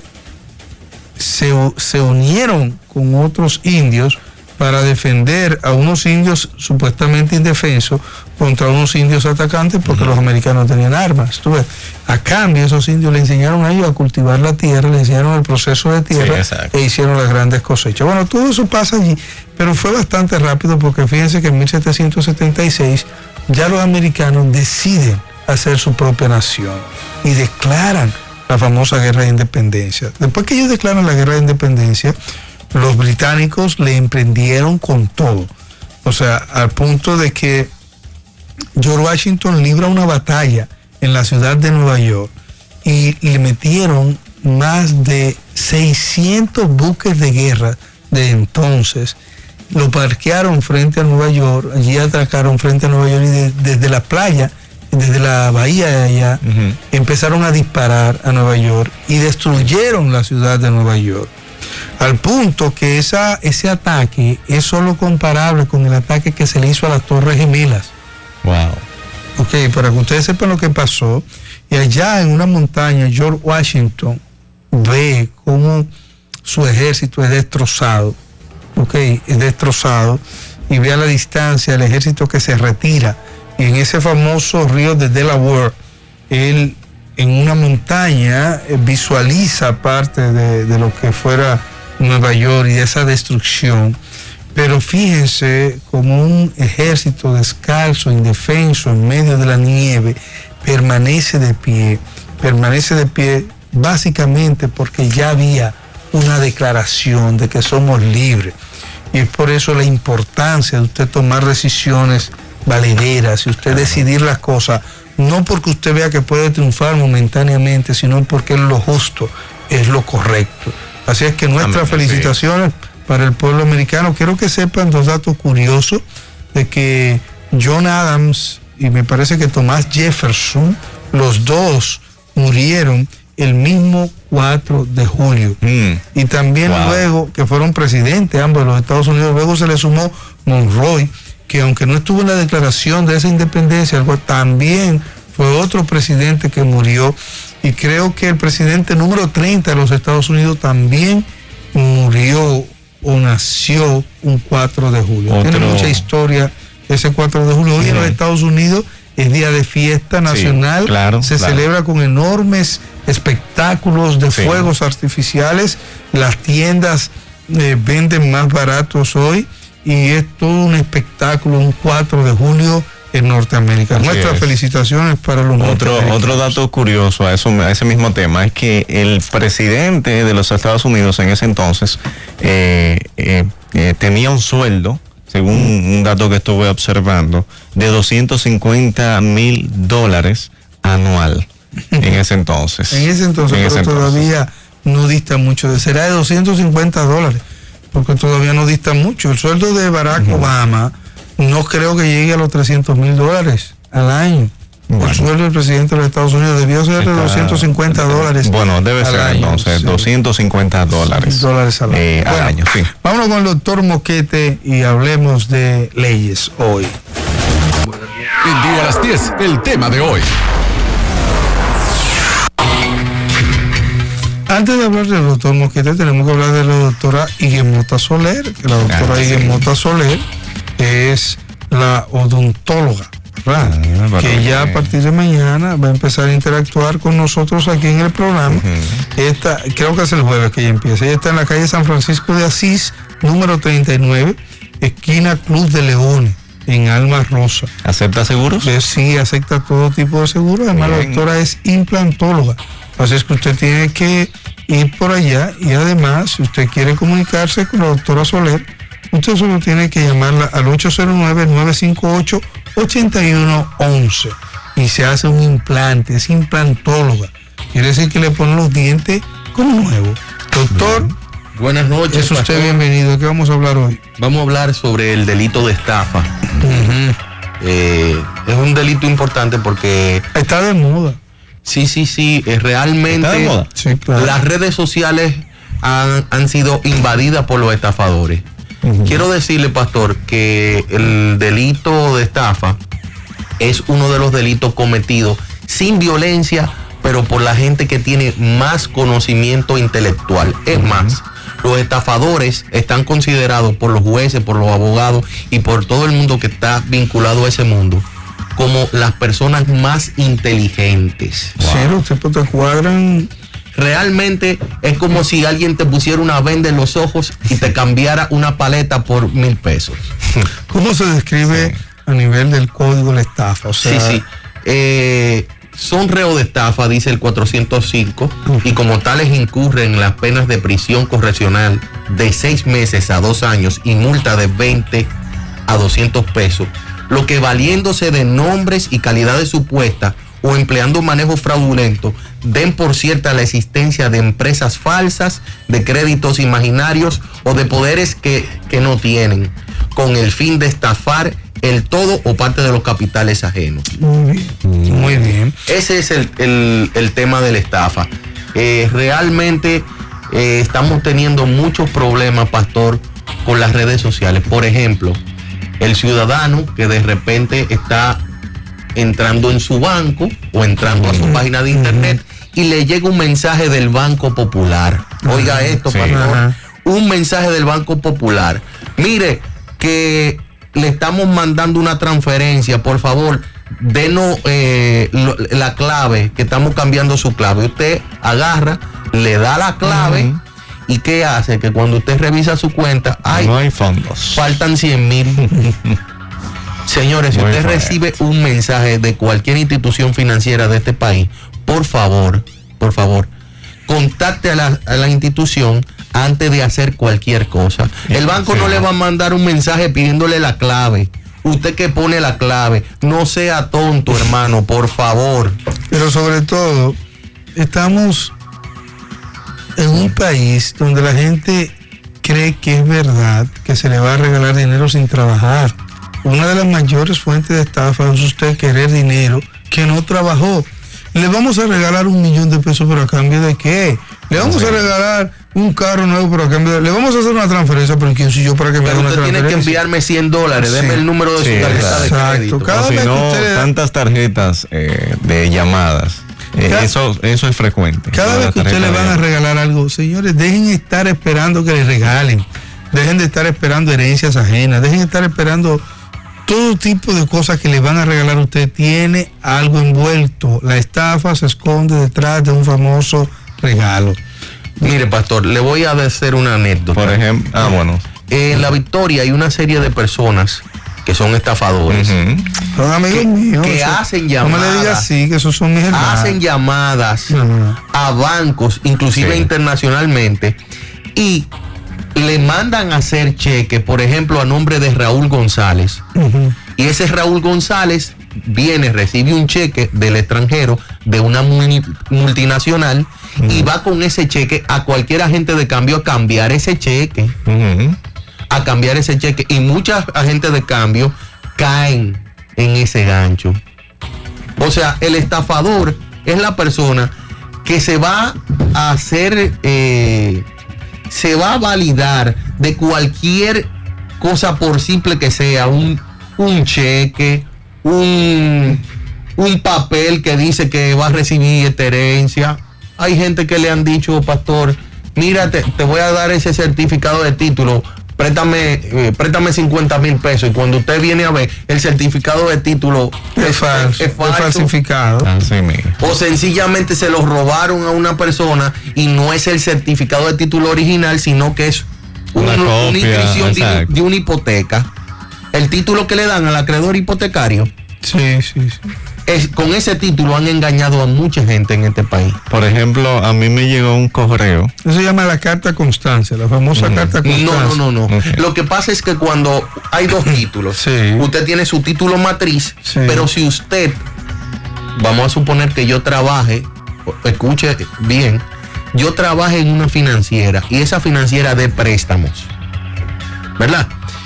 se, se unieron con otros indios para defender a unos indios supuestamente indefensos contra unos indios atacantes, porque uh-huh. los americanos tenían armas. ¿Tú ves? A cambio, esos indios le enseñaron a ellos a cultivar la tierra, le enseñaron el proceso de tierra, sí, e hicieron las grandes cosechas. Bueno, todo eso pasa allí, pero fue bastante rápido, porque fíjense que en mil setecientos setenta y seis ya los americanos deciden hacer su propia nación y declaran la famosa guerra de independencia. Después que ellos declaran la guerra de independencia, los británicos le emprendieron con todo. O sea, al punto de que George Washington libra una batalla en la ciudad de Nueva York y le metieron más de seiscientos buques de guerra de entonces. Lo parquearon frente a Nueva York, allí atracaron frente a Nueva York y de, desde la playa, desde la bahía de allá, uh-huh. empezaron a disparar a Nueva York y destruyeron la ciudad de Nueva York. Al punto que esa, ese ataque es solo comparable con el ataque que se le hizo a las Torres Gemelas. Wow. Ok, para que ustedes sepan lo que pasó. Y allá en una montaña, George Washington ve cómo su ejército es destrozado. Ok, es destrozado. Y ve a la distancia el ejército que se retira. Y en ese famoso río de Delaware, él en una montaña visualiza parte de, de lo que fuera Nueva York y de esa destrucción. Pero fíjense como un ejército descalzo, indefenso, en medio de la nieve, permanece de pie, permanece de pie básicamente porque ya había una declaración de que somos libres. Y es por eso la importancia de usted tomar decisiones valederas y usted decidir las cosas, no porque usted vea que puede triunfar momentáneamente, sino porque es lo justo, es lo correcto. Así es que nuestras Amén, felicitaciones sí. para el pueblo americano. Quiero que sepan dos datos curiosos de que John Adams y me parece que Thomas Jefferson, los dos murieron el mismo cuatro de julio. Mm. Y también wow. luego que fueron presidentes ambos de los Estados Unidos, luego se le sumó Monroe, que aunque no estuvo en la declaración de esa independencia, también fue otro presidente que murió. Y creo que el presidente número treinta de los Estados Unidos también murió o nació un cuatro de julio. Otro... Tiene mucha historia ese cuatro de julio. Hoy en los Estados Unidos es día de fiesta nacional. Sí, claro, se claro. celebra con enormes espectáculos de sí. fuegos artificiales. Las tiendas eh, venden más baratos hoy y es todo un espectáculo, un cuatro de julio en Norteamérica. Así Nuestras es. felicitaciones para los otro otro dato curioso a eso a ese mismo tema es que el presidente de los Estados Unidos en ese entonces eh, eh, eh, tenía un sueldo, según un dato que estuve observando, de doscientos cincuenta mil dólares anual en ese entonces. En ese entonces, en pero ese todavía entonces. no dista mucho. De, será de doscientos cincuenta dólares, porque todavía no dista mucho. El sueldo de Barack uh-huh. Obama no creo que llegue a los trescientos mil dólares al año. Bueno. El sueldo del presidente de los Estados Unidos debió ser de doscientos cincuenta dólares. Bueno, debe ser año, entonces sí. doscientos cincuenta dólares. Dólares al año. Eh, bueno, al año sí. Vámonos con el doctor Moquete y hablemos de leyes hoy. En Día a las diez, el tema de hoy. Antes de hablar del doctor Moquete, tenemos que hablar de la doctora Iguemota Soler, que la doctora ah, Iguemota sí. Soler es la odontóloga, ¿verdad? Ah, que ya a partir de mañana va a empezar a interactuar con nosotros aquí en el programa. Uh-huh. Esta, creo que es el jueves que ella empieza. Ella está en la calle San Francisco de Asís, número treinta y nueve, esquina Club de Leones, en Alma Rosa. ¿Acepta seguros? Eh, sí, acepta todo tipo de seguros. Además, Bien. la doctora es implantóloga. Así es que usted tiene que ir por allá y además, si usted quiere comunicarse con la doctora Soler, usted solo tiene que llamarla al ocho cero nueve, nueve cinco ocho, ocho uno uno uno y se hace un implante, es implantóloga. Quiere decir que le ponen los dientes como nuevos. Doctor, Bien. buenas noches. Es usted pastor. bienvenido. ¿De qué vamos a hablar hoy? Vamos a hablar sobre el delito de estafa. Uh-huh. eh, es un delito importante porque... Está de moda. Sí, sí, sí, es realmente... ¿Está de moda? Sí, claro. Las redes sociales han, han sido invadidas por los estafadores. Uh-huh. Quiero decirle, pastor, que el delito de estafa es uno de los delitos cometidos sin violencia, pero por la gente que tiene más conocimiento intelectual. Es uh-huh. más, los estafadores están considerados por los jueces, por los abogados y por todo el mundo que está vinculado a ese mundo como las personas más inteligentes. Wow. Sí, los tipos te cuadran. Realmente es como si alguien te pusiera una venda en los ojos y te cambiara una paleta por mil pesos. ¿Cómo se describe sí. a nivel del código la estafa? O sea, sí, sí. Eh, son reos de estafa, dice el cuatrocientos cinco, uh-huh. y como tales incurren las penas de prisión correccional de seis meses a dos años y multa de veinte a doscientos pesos. lo que valiéndose de nombres y calidades supuestas o empleando un manejo fraudulento, den por cierta la existencia de empresas falsas, de créditos imaginarios o de poderes que, que no tienen, con el fin de estafar el todo o parte de los capitales ajenos. Muy bien, muy bien. Ese es el, el, el tema de la estafa. Eh, realmente eh, estamos teniendo muchos problemas, pastor, con las redes sociales. Por ejemplo, el ciudadano que de repente está entrando en su banco o entrando a su página de internet y le llega un mensaje del Banco Popular. Oiga esto, Sí. pastor. Ajá. Un mensaje del Banco Popular. Mire que le estamos mandando una transferencia, por favor, denos eh, lo- la clave, que estamos cambiando su clave. Usted agarra, le da la clave. Uh-huh. ¿Y qué hace? Que cuando usted revisa su cuenta, ay, No hay fondos. faltan cien mil. Señores, si Muy usted fuerte. recibe un mensaje de cualquier institución financiera de este país, por favor, por favor, contacte a la, a la institución antes de hacer cualquier cosa. El banco Sí. no le va a mandar un mensaje pidiéndole la clave. Usted que pone la clave, no sea tonto, hermano, por favor. Pero sobre todo, estamos en un país donde la gente cree que es verdad que se le va a regalar dinero sin trabajar. Una de las mayores fuentes de estafa es usted querer dinero que no trabajó. Le vamos a regalar un millón de pesos, pero a cambio de qué? Le vamos a regalar un carro nuevo, pero a cambio de... Le vamos a hacer una transferencia, pero ¿quién soy yo para que me haga Pero una usted tiene que transferencia? enviarme cien dólares, Sí. deme el número de Sí, su tarjeta de exacto. crédito. Cada O si vez que no, usted le da- tantas tarjetas eh, de llamadas. Eh, Cada- eso, eso es frecuente. Cada Toda vez la que usted tarjeta le de van a llamada. regalar algo, señores, dejen de estar esperando que les regalen. Dejen de estar esperando herencias ajenas. Dejen de estar esperando todo tipo de cosas que le van a regalar a usted. Tiene algo envuelto. La estafa se esconde detrás de un famoso regalo. Mire, pastor, le voy a hacer una anécdota. Por ejemplo, ah, bueno. En La Victoria hay una serie de personas que son estafadores, Ujú. Son amigos míos. que o sea, hacen No me le digas llamadas, así, que esos son mis hermanos. hacen llamadas Ajá. a bancos, inclusive Sí. internacionalmente, y le mandan a hacer cheques, por ejemplo, a nombre de Raúl González. Ujú. Y ese Raúl González viene, recibe un cheque del extranjero, de una muni- multinacional, y va con ese cheque a cualquier agente de cambio a cambiar ese cheque. Ujú. a cambiar ese cheque, y muchas agentes de cambio caen en ese gancho. O sea, el estafador es la persona que se va a hacer, eh, se va a validar de cualquier cosa, por simple que sea, un, un cheque, un, un papel que dice que va a recibir esta herencia. Hay gente que le han dicho, pastor, mira, te, te voy a dar ese certificado de título, préstame, eh, préstame cincuenta mil pesos, y cuando usted viene a ver, el certificado de título Es falso, es falsificado. Así mismo. o sencillamente se lo robaron a una persona y no es el certificado de título original, sino que es un- Una una, copia, inscripción de, exacto. de una hipoteca. El título que le dan al acreedor hipotecario, Sí, sí, sí. es, con ese título han engañado a mucha gente en este país. Por ejemplo, a mí me llegó un correo. Eso se llama la carta constancia, la famosa Ujú. carta constancia. No, no, no, no. Ok. Lo que pasa es que cuando hay dos títulos, Sí. usted tiene su título matriz, Sí. pero si usted, vamos a suponer que yo trabaje, escuche bien, yo trabaje en una financiera y esa financiera de préstamos, ¿verdad?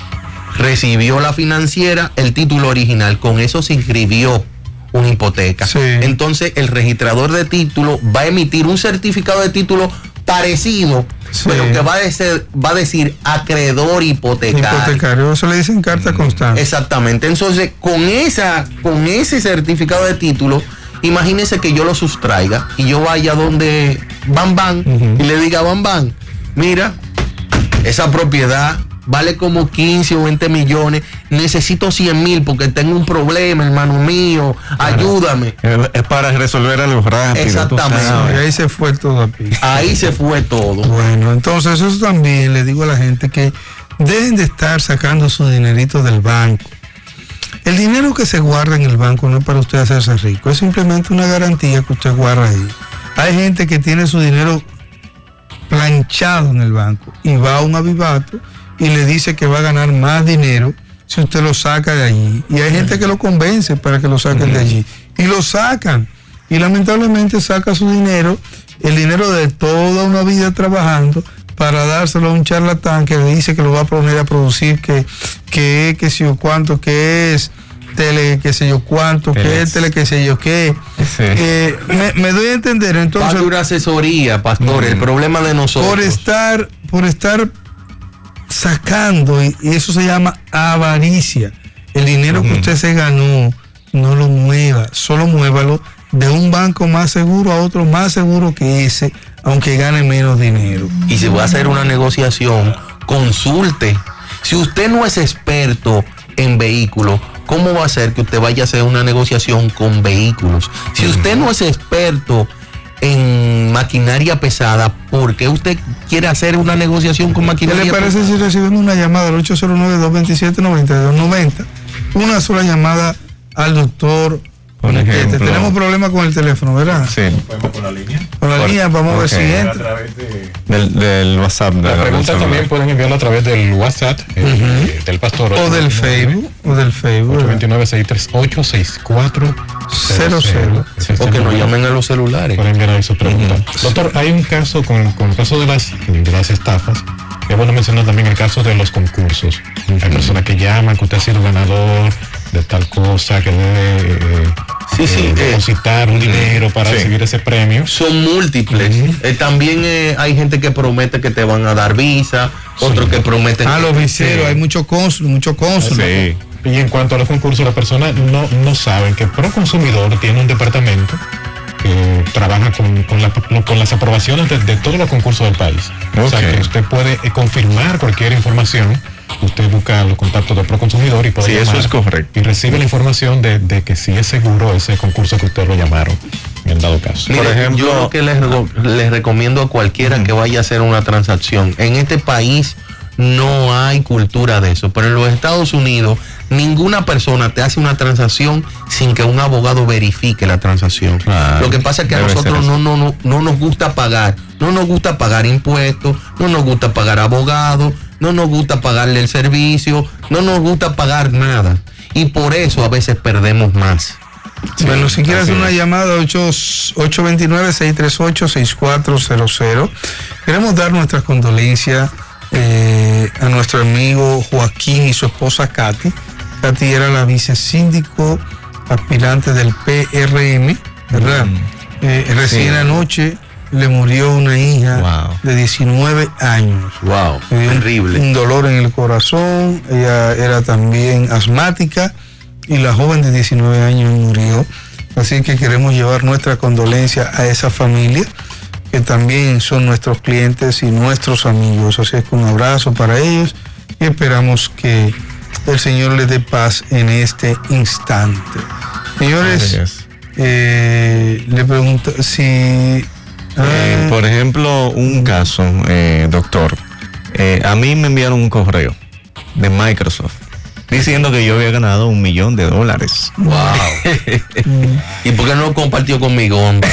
Recibió la financiera el título original, con eso se inscribió una hipoteca. Sí. Entonces el registrador de título va a emitir un certificado de título parecido, Sí. pero que va a, decir, va a decir acreedor hipotecario. Hipotecario, eso le dicen carta constancia. Exactamente. Entonces, con esa, con ese certificado de título, imagínese que yo lo sustraiga y yo vaya donde Bam Bam Ujú. y le diga a Bam Bam, mira, esa propiedad vale como quince o veinte millones, necesito cien mil porque tengo un problema, hermano mío, ayúdame. Es es para resolver algo rápido. tú Exactamente. sabes. Y ahí se fue todo a pique. Ahí se fue todo. Bueno, entonces eso también le digo a la gente que dejen de estar sacando su dinerito del banco. El dinero que se guarda en el banco no es para usted hacerse rico, es simplemente una garantía que usted guarda ahí. Hay gente que tiene su dinero planchado en el banco y va a un avivato y le dice que va a ganar más dinero si usted lo saca de allí. Y hay gente que lo convence para que lo saquen de allí. Y lo sacan. Y lamentablemente saca su dinero, el dinero de toda una vida trabajando, para dárselo a un charlatán que le dice que lo va a poner a producir, que, que, que sé yo cuánto, que es tele, que sé yo cuánto, que es tele, que sé yo qué. Sí. Eh, me, me doy a entender, entonces. Va a una asesoría, pastor, mm. el problema de nosotros. Por estar, por estar sacando, y, y eso se llama avaricia. El dinero mm. que usted se ganó, no lo mueva, solo muévalo de un banco más seguro a otro más seguro que ese, aunque gane menos dinero. Y si va a hacer una negociación, consulte. Si usted no es experto en vehículos, ¿cómo va a ser que usted vaya a hacer una negociación con vehículos? Si usted no es experto en maquinaria pesada, ¿por qué usted quiere hacer una negociación con maquinaria pesada? ¿Qué le parece si recibimos una llamada al ocho cero nueve, dos dos siete, nueve dos nueve cero? Una sola llamada al doctor. Por ejemplo, tenemos problemas con el teléfono, ¿verdad? Sí. ¿Podemos con la línea? Con la Por, línea, vamos okay. a ver si entra. A través de... del, del WhatsApp. De la, la pregunta también pueden enviarla a través del WhatsApp uh-huh. eh, del pastor. O del Facebook. O del Facebook. ocho dos nueve, seis tres ocho, seis cuatro cero cero. O que nos llamen a los celulares. Pueden enviar ahí sus preguntas. Uh-huh. Doctor, hay un caso con, con el caso de las, de las estafas. Es bueno mencionar también el caso de los concursos. Uh-huh. Hay personas que llaman que usted ha sido ganador de tal cosa, que debe eh, sí, sí, eh, depositar eh, un dinero para sí. recibir ese premio. Son múltiples. Uh-huh. Eh, también eh, hay gente que promete que te van a dar visa, sí. otros que prometen... Ah, los viseros, sí. hay muchos cónsules, muchos cónsules. Sí. Y en cuanto a los concursos, las personas no, no saben que Proconsumidor tiene un departamento que trabaja con, con, la, con las aprobaciones de, de todos los concursos del país. Okay. O sea, que usted puede eh, confirmar cualquier información. Usted busca los contactos del Proconsumidor y puede sí, llamar. Eso es correcto. Y recibe la información de, de que si es seguro ese concurso que usted lo llamaron, en dado caso. Mire, por ejemplo, yo lo que les, les recomiendo a cualquiera uh-huh. que vaya a hacer una transacción. En este país no hay cultura de eso, pero en los Estados Unidos ninguna persona te hace una transacción sin que un abogado verifique la transacción. Claro, lo que pasa es que a nosotros no, no, no, no nos gusta pagar, no nos gusta pagar impuestos, no nos gusta pagar abogados, no nos gusta pagarle el servicio, no nos gusta pagar nada. Y por eso a veces perdemos más. Sí, bueno, si quieres hacer una llamada ocho dos nueve, seis tres ocho, seis cuatro cero cero. Queremos dar nuestras condolencias eh, a nuestro amigo Joaquín y su esposa Katy. Katy era la vicesíndico aspirante del P R M, ¿verdad? Mm. Eh, recién sí. anoche le murió una hija wow. de diecinueve años. Wow, terrible. Un, un dolor en el corazón, ella era también asmática y la joven de diecinueve años murió. Así que queremos llevar nuestra condolencia a esa familia, que también son nuestros clientes y nuestros amigos. Así es que un abrazo para ellos y esperamos que el Señor les dé paz en este instante. Señores, eh, le pregunto si... Eh, por ejemplo, un caso, eh, doctor, eh, a mí me enviaron un correo de Microsoft diciendo que yo había ganado un millón de dólares. Wow. ¿Y por qué no lo compartió conmigo, hombre?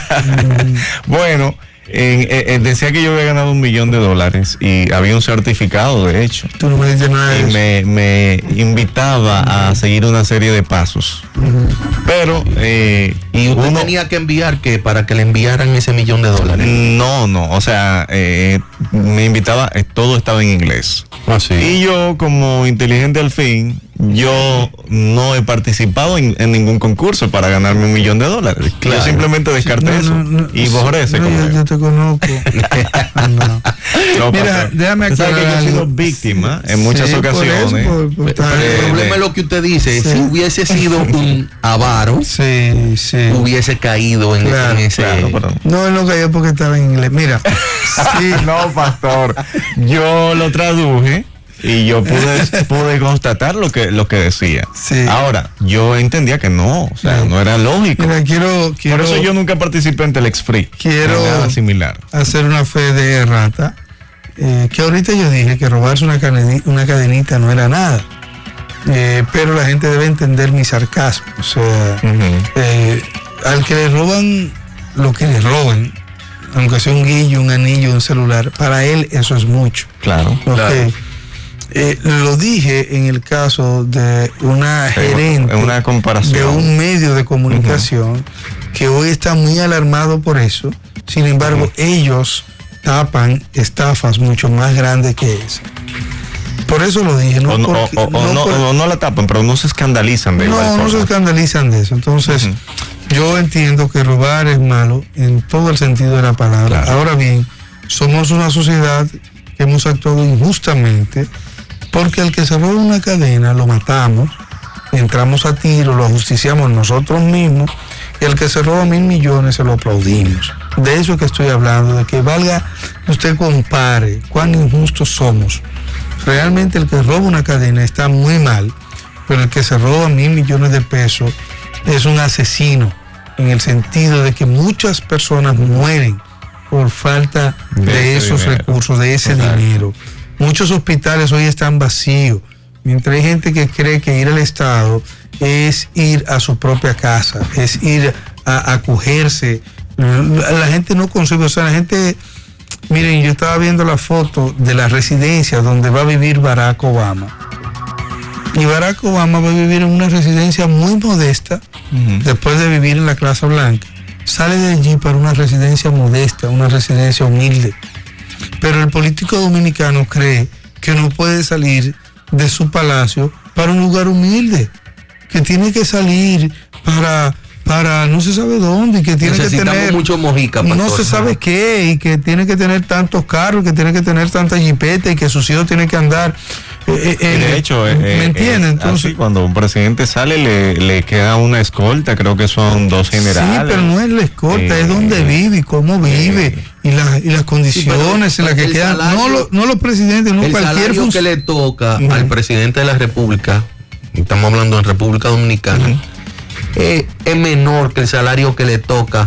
Bueno, eh, eh, decía que yo había ganado un millón de dólares y había un certificado, de hecho. Tú no me dices nada de y eso. Me, me invitaba uh-huh. a seguir una serie de pasos. Uh-huh. Pero... Eh, ¿Y usted uno, tenía que enviar qué para que le enviaran ese millón de dólares? No, no, o sea, eh, me invitaba, eh, todo estaba en inglés. Ah, sí. Y yo, como inteligente al fin, yo no he participado en, en ningún concurso para ganarme un millón de dólares. Claro. Yo simplemente descarté sí, no, no, no, eso y borré ese no, correo. Yo, yo te conozco. no. No, mira, déjame aclarar. Que yo he sido víctima en muchas sí, ocasiones. Por eso, por, por, por, el eh, problema de, es lo que usted dice. Sí. Si hubiese sido un avaro, sí, sí. hubiese caído en, claro, en ese. Claro, pero... No, él no cayó porque estaba en inglés. Mira. Sí. No, pastor. Yo lo traduje. Y yo pude, pude constatar lo que, lo que decía. Sí. Ahora, yo entendía que no, o sea, sí. no era lógico. Mira, quiero, quiero, por eso yo nunca participé en Telex Free. Quiero nada similar. hacer una fe de errata. Eh, que ahorita yo dije que robarse una cadenita, una cadenita no era nada. Eh, pero la gente debe entender mi sarcasmo. O sea, uh-huh. eh, al que le roban lo que le roban, aunque sea un guillo, un anillo, un celular, para él eso es mucho. Claro. Okay. claro. Eh, lo dije en el caso de una Sí, gerente una comparación. de un medio de comunicación uh-huh. que hoy está muy alarmado por eso. Sin embargo, uh-huh. ellos tapan estafas mucho más grandes que esa. Por eso lo dije. No, o, no, porque, o, o, no, no, por... o no la tapan, pero no se escandalizan de no, igual forma. No se escandalizan de eso. Entonces, uh-huh. yo entiendo que robar es malo en todo el sentido de la palabra. Claro. Ahora bien, somos una sociedad que hemos actuado injustamente, porque al que se roba una cadena lo matamos, entramos a tiro, lo ajusticiamos nosotros mismos, y al que se roba mil millones se lo aplaudimos. De eso es que estoy hablando, de que valga que usted compare cuán injustos somos. Realmente el que roba una cadena está muy mal, pero el que se roba mil millones de pesos es un asesino, en el sentido de que muchas personas mueren por falta de, de esos dinero. recursos, de ese Total. dinero. Muchos hospitales hoy están vacíos, mientras hay gente que cree que ir al Estado es ir a su propia casa, es ir a, a acogerse. La gente no concibe, o sea, la gente, miren, yo estaba viendo la foto de la residencia donde va a vivir Barack Obama. Y Barack Obama va a vivir en una residencia muy modesta, uh-huh. después de vivir en la Casa Blanca. Sale de allí para una residencia modesta, una residencia humilde. Pero el político dominicano cree que no puede salir de su palacio para un lugar humilde, que tiene que salir para, para no se sabe dónde, y que tiene que tener mucho mojica, pastor, no se sabe qué, y que tiene que tener tantos carros, que tiene que tener tantas jipetas, y que sus hijos tienen que andar. Eh, eh, de hecho, ¿me eh, entienden? Eh, Entonces, así, cuando un presidente sale le, le queda una escolta, creo que son dos generales. Sí, pero no es la escolta, eh, es donde vive y cómo vive, eh, y, la, y las condiciones sí, en las que quedan. No, lo, no los presidentes, no el cualquier salario que le toca uh-huh. al presidente de la República, estamos hablando en República Dominicana, uh-huh. eh, es menor que el salario que le toca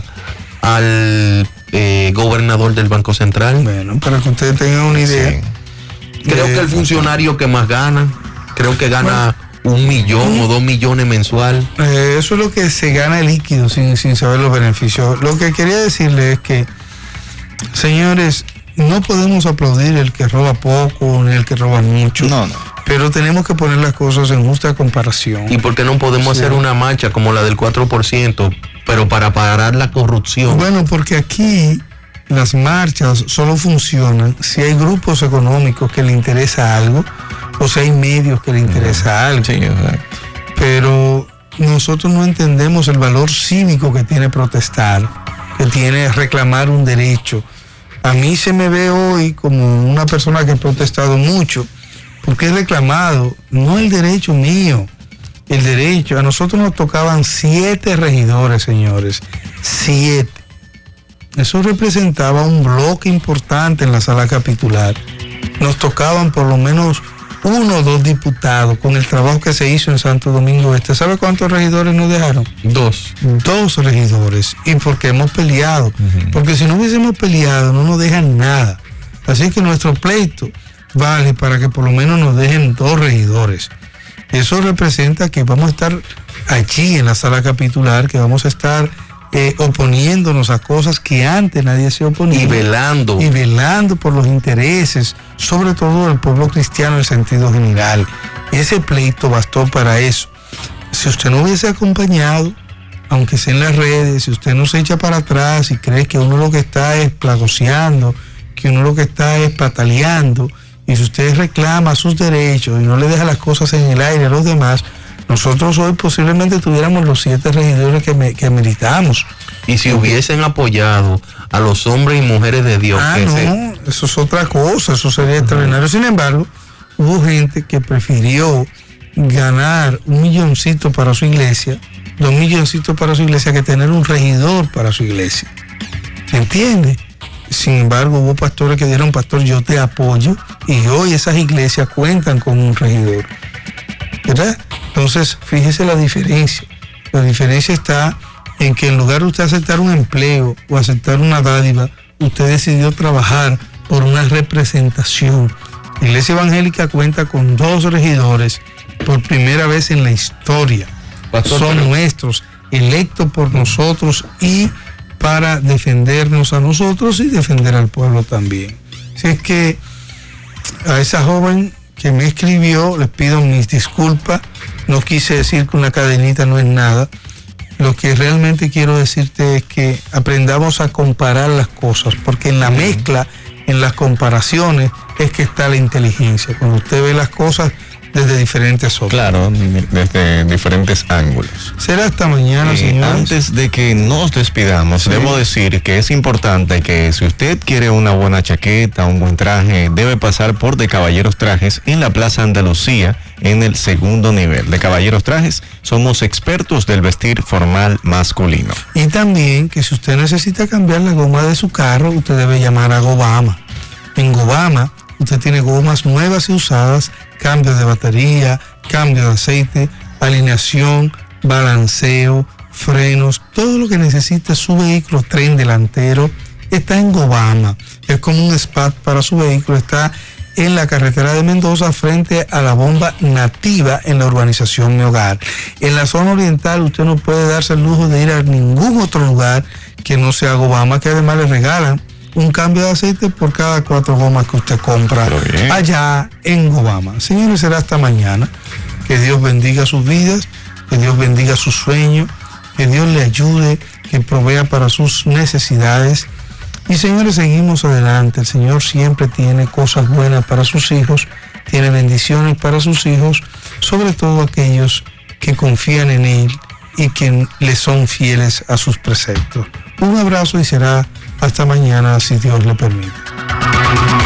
al eh, gobernador del Banco Central. Bueno, para que ustedes tengan una idea. Sí. Creo que el funcionario que más gana, creo que gana bueno, un millón o dos millones mensual. Eh, eso es lo que se gana líquido sin, sin saber los beneficios. Lo que quería decirle es que, señores, no podemos aplaudir el que roba poco ni el que roba mucho. No, no. Pero tenemos que poner las cosas en justa comparación. ¿Y por qué no podemos sí. hacer una marcha como la del cuatro por ciento, pero para parar la corrupción? Bueno, porque aquí las marchas solo funcionan si hay grupos económicos que le interesa algo, o si hay medios que le interesa algo. Sí, pero nosotros no entendemos el valor cívico que tiene protestar, que tiene reclamar un derecho. A mí se me ve hoy como una persona que ha protestado mucho, porque he reclamado no el derecho mío, el derecho. A nosotros nos tocaban siete regidores, señores, siete. Eso representaba un bloque importante en la sala capitular. Nos tocaban por lo menos uno o dos diputados con el trabajo que se hizo en Santo Domingo Este. ¿Sabe cuántos regidores nos dejaron? Dos. Dos regidores. Y porque hemos peleado. Uh-huh. Porque si no hubiésemos peleado no nos dejan nada. Así que nuestro pleito vale para que por lo menos nos dejen dos regidores. Eso representa que vamos a estar allí en la sala capitular, que vamos a estar Eh, oponiéndonos a cosas que antes nadie se oponía. Y velando. Y velando por los intereses, sobre todo del pueblo cristiano en sentido general. Ese pleito bastó para eso. Si usted no hubiese acompañado, aunque sea en las redes, si usted no se echa para atrás y cree que uno lo que está es plagoseando, que uno lo que está es pataleando, y si usted reclama sus derechos y no le deja las cosas en el aire a los demás, nosotros hoy posiblemente tuviéramos los siete regidores que, me, que meritamos. Y si hubiesen apoyado a los hombres y mujeres de Dios. Ah, que no, se... eso es otra cosa, eso sería uh-huh. extraordinario. Sin embargo, hubo gente que prefirió ganar un milloncito para su iglesia, dos milloncitos para su iglesia, que tener un regidor para su iglesia. ¿Entiende? Sin embargo, hubo pastores que dieron: pastor, yo te apoyo, y hoy esas iglesias cuentan con un regidor. ¿Verdad? Entonces, fíjese la diferencia. La diferencia está en que en lugar de usted aceptar un empleo o aceptar una dádiva, usted decidió trabajar por una representación. La Iglesia Evangélica cuenta con dos regidores por primera vez en la historia. Pastor, Son pero... nuestros, electos por nosotros y para defendernos a nosotros y defender al pueblo también. Así es que a esa joven que me escribió, les pido mis disculpas, no quise decir que una cadenita no es nada. Lo que realmente quiero decirte es que aprendamos a comparar las cosas, porque en la mezcla, en las comparaciones, es que está la inteligencia. Cuando usted ve las cosas desde diferentes ojos. Claro, desde diferentes ángulos. Será hasta mañana, eh, señores. Antes de que nos despidamos, sí. debo decir que es importante que si usted quiere una buena chaqueta, un buen traje, debe pasar por De Caballeros Trajes en la Plaza Andalucía, en el segundo nivel. De Caballeros Trajes, somos expertos del vestir formal masculino. Y también que si usted necesita cambiar la goma de su carro, usted debe llamar a Gobama. En Gobama, usted tiene gomas nuevas y usadas, cambio de batería, cambio de aceite, alineación, balanceo, frenos, todo lo que necesita su vehículo, tren delantero, está en Gobama. Es como un spa para su vehículo, está en la carretera de Mendoza frente a la bomba Nativa en la urbanización Mi Hogar. En la zona oriental usted no puede darse el lujo de ir a ningún otro lugar que no sea Gobama, que además le regalan un cambio de aceite por cada cuatro gomas que usted compra allá en Gobama. Señores, será hasta mañana. Que Dios bendiga sus vidas, que Dios bendiga sus sueños, que Dios le ayude, que provea para sus necesidades. Y señores, seguimos adelante. El Señor siempre tiene cosas buenas para sus hijos, tiene bendiciones para sus hijos, sobre todo aquellos que confían en Él y que le son fieles a sus preceptos. Un abrazo y será hasta mañana, si Dios le permite.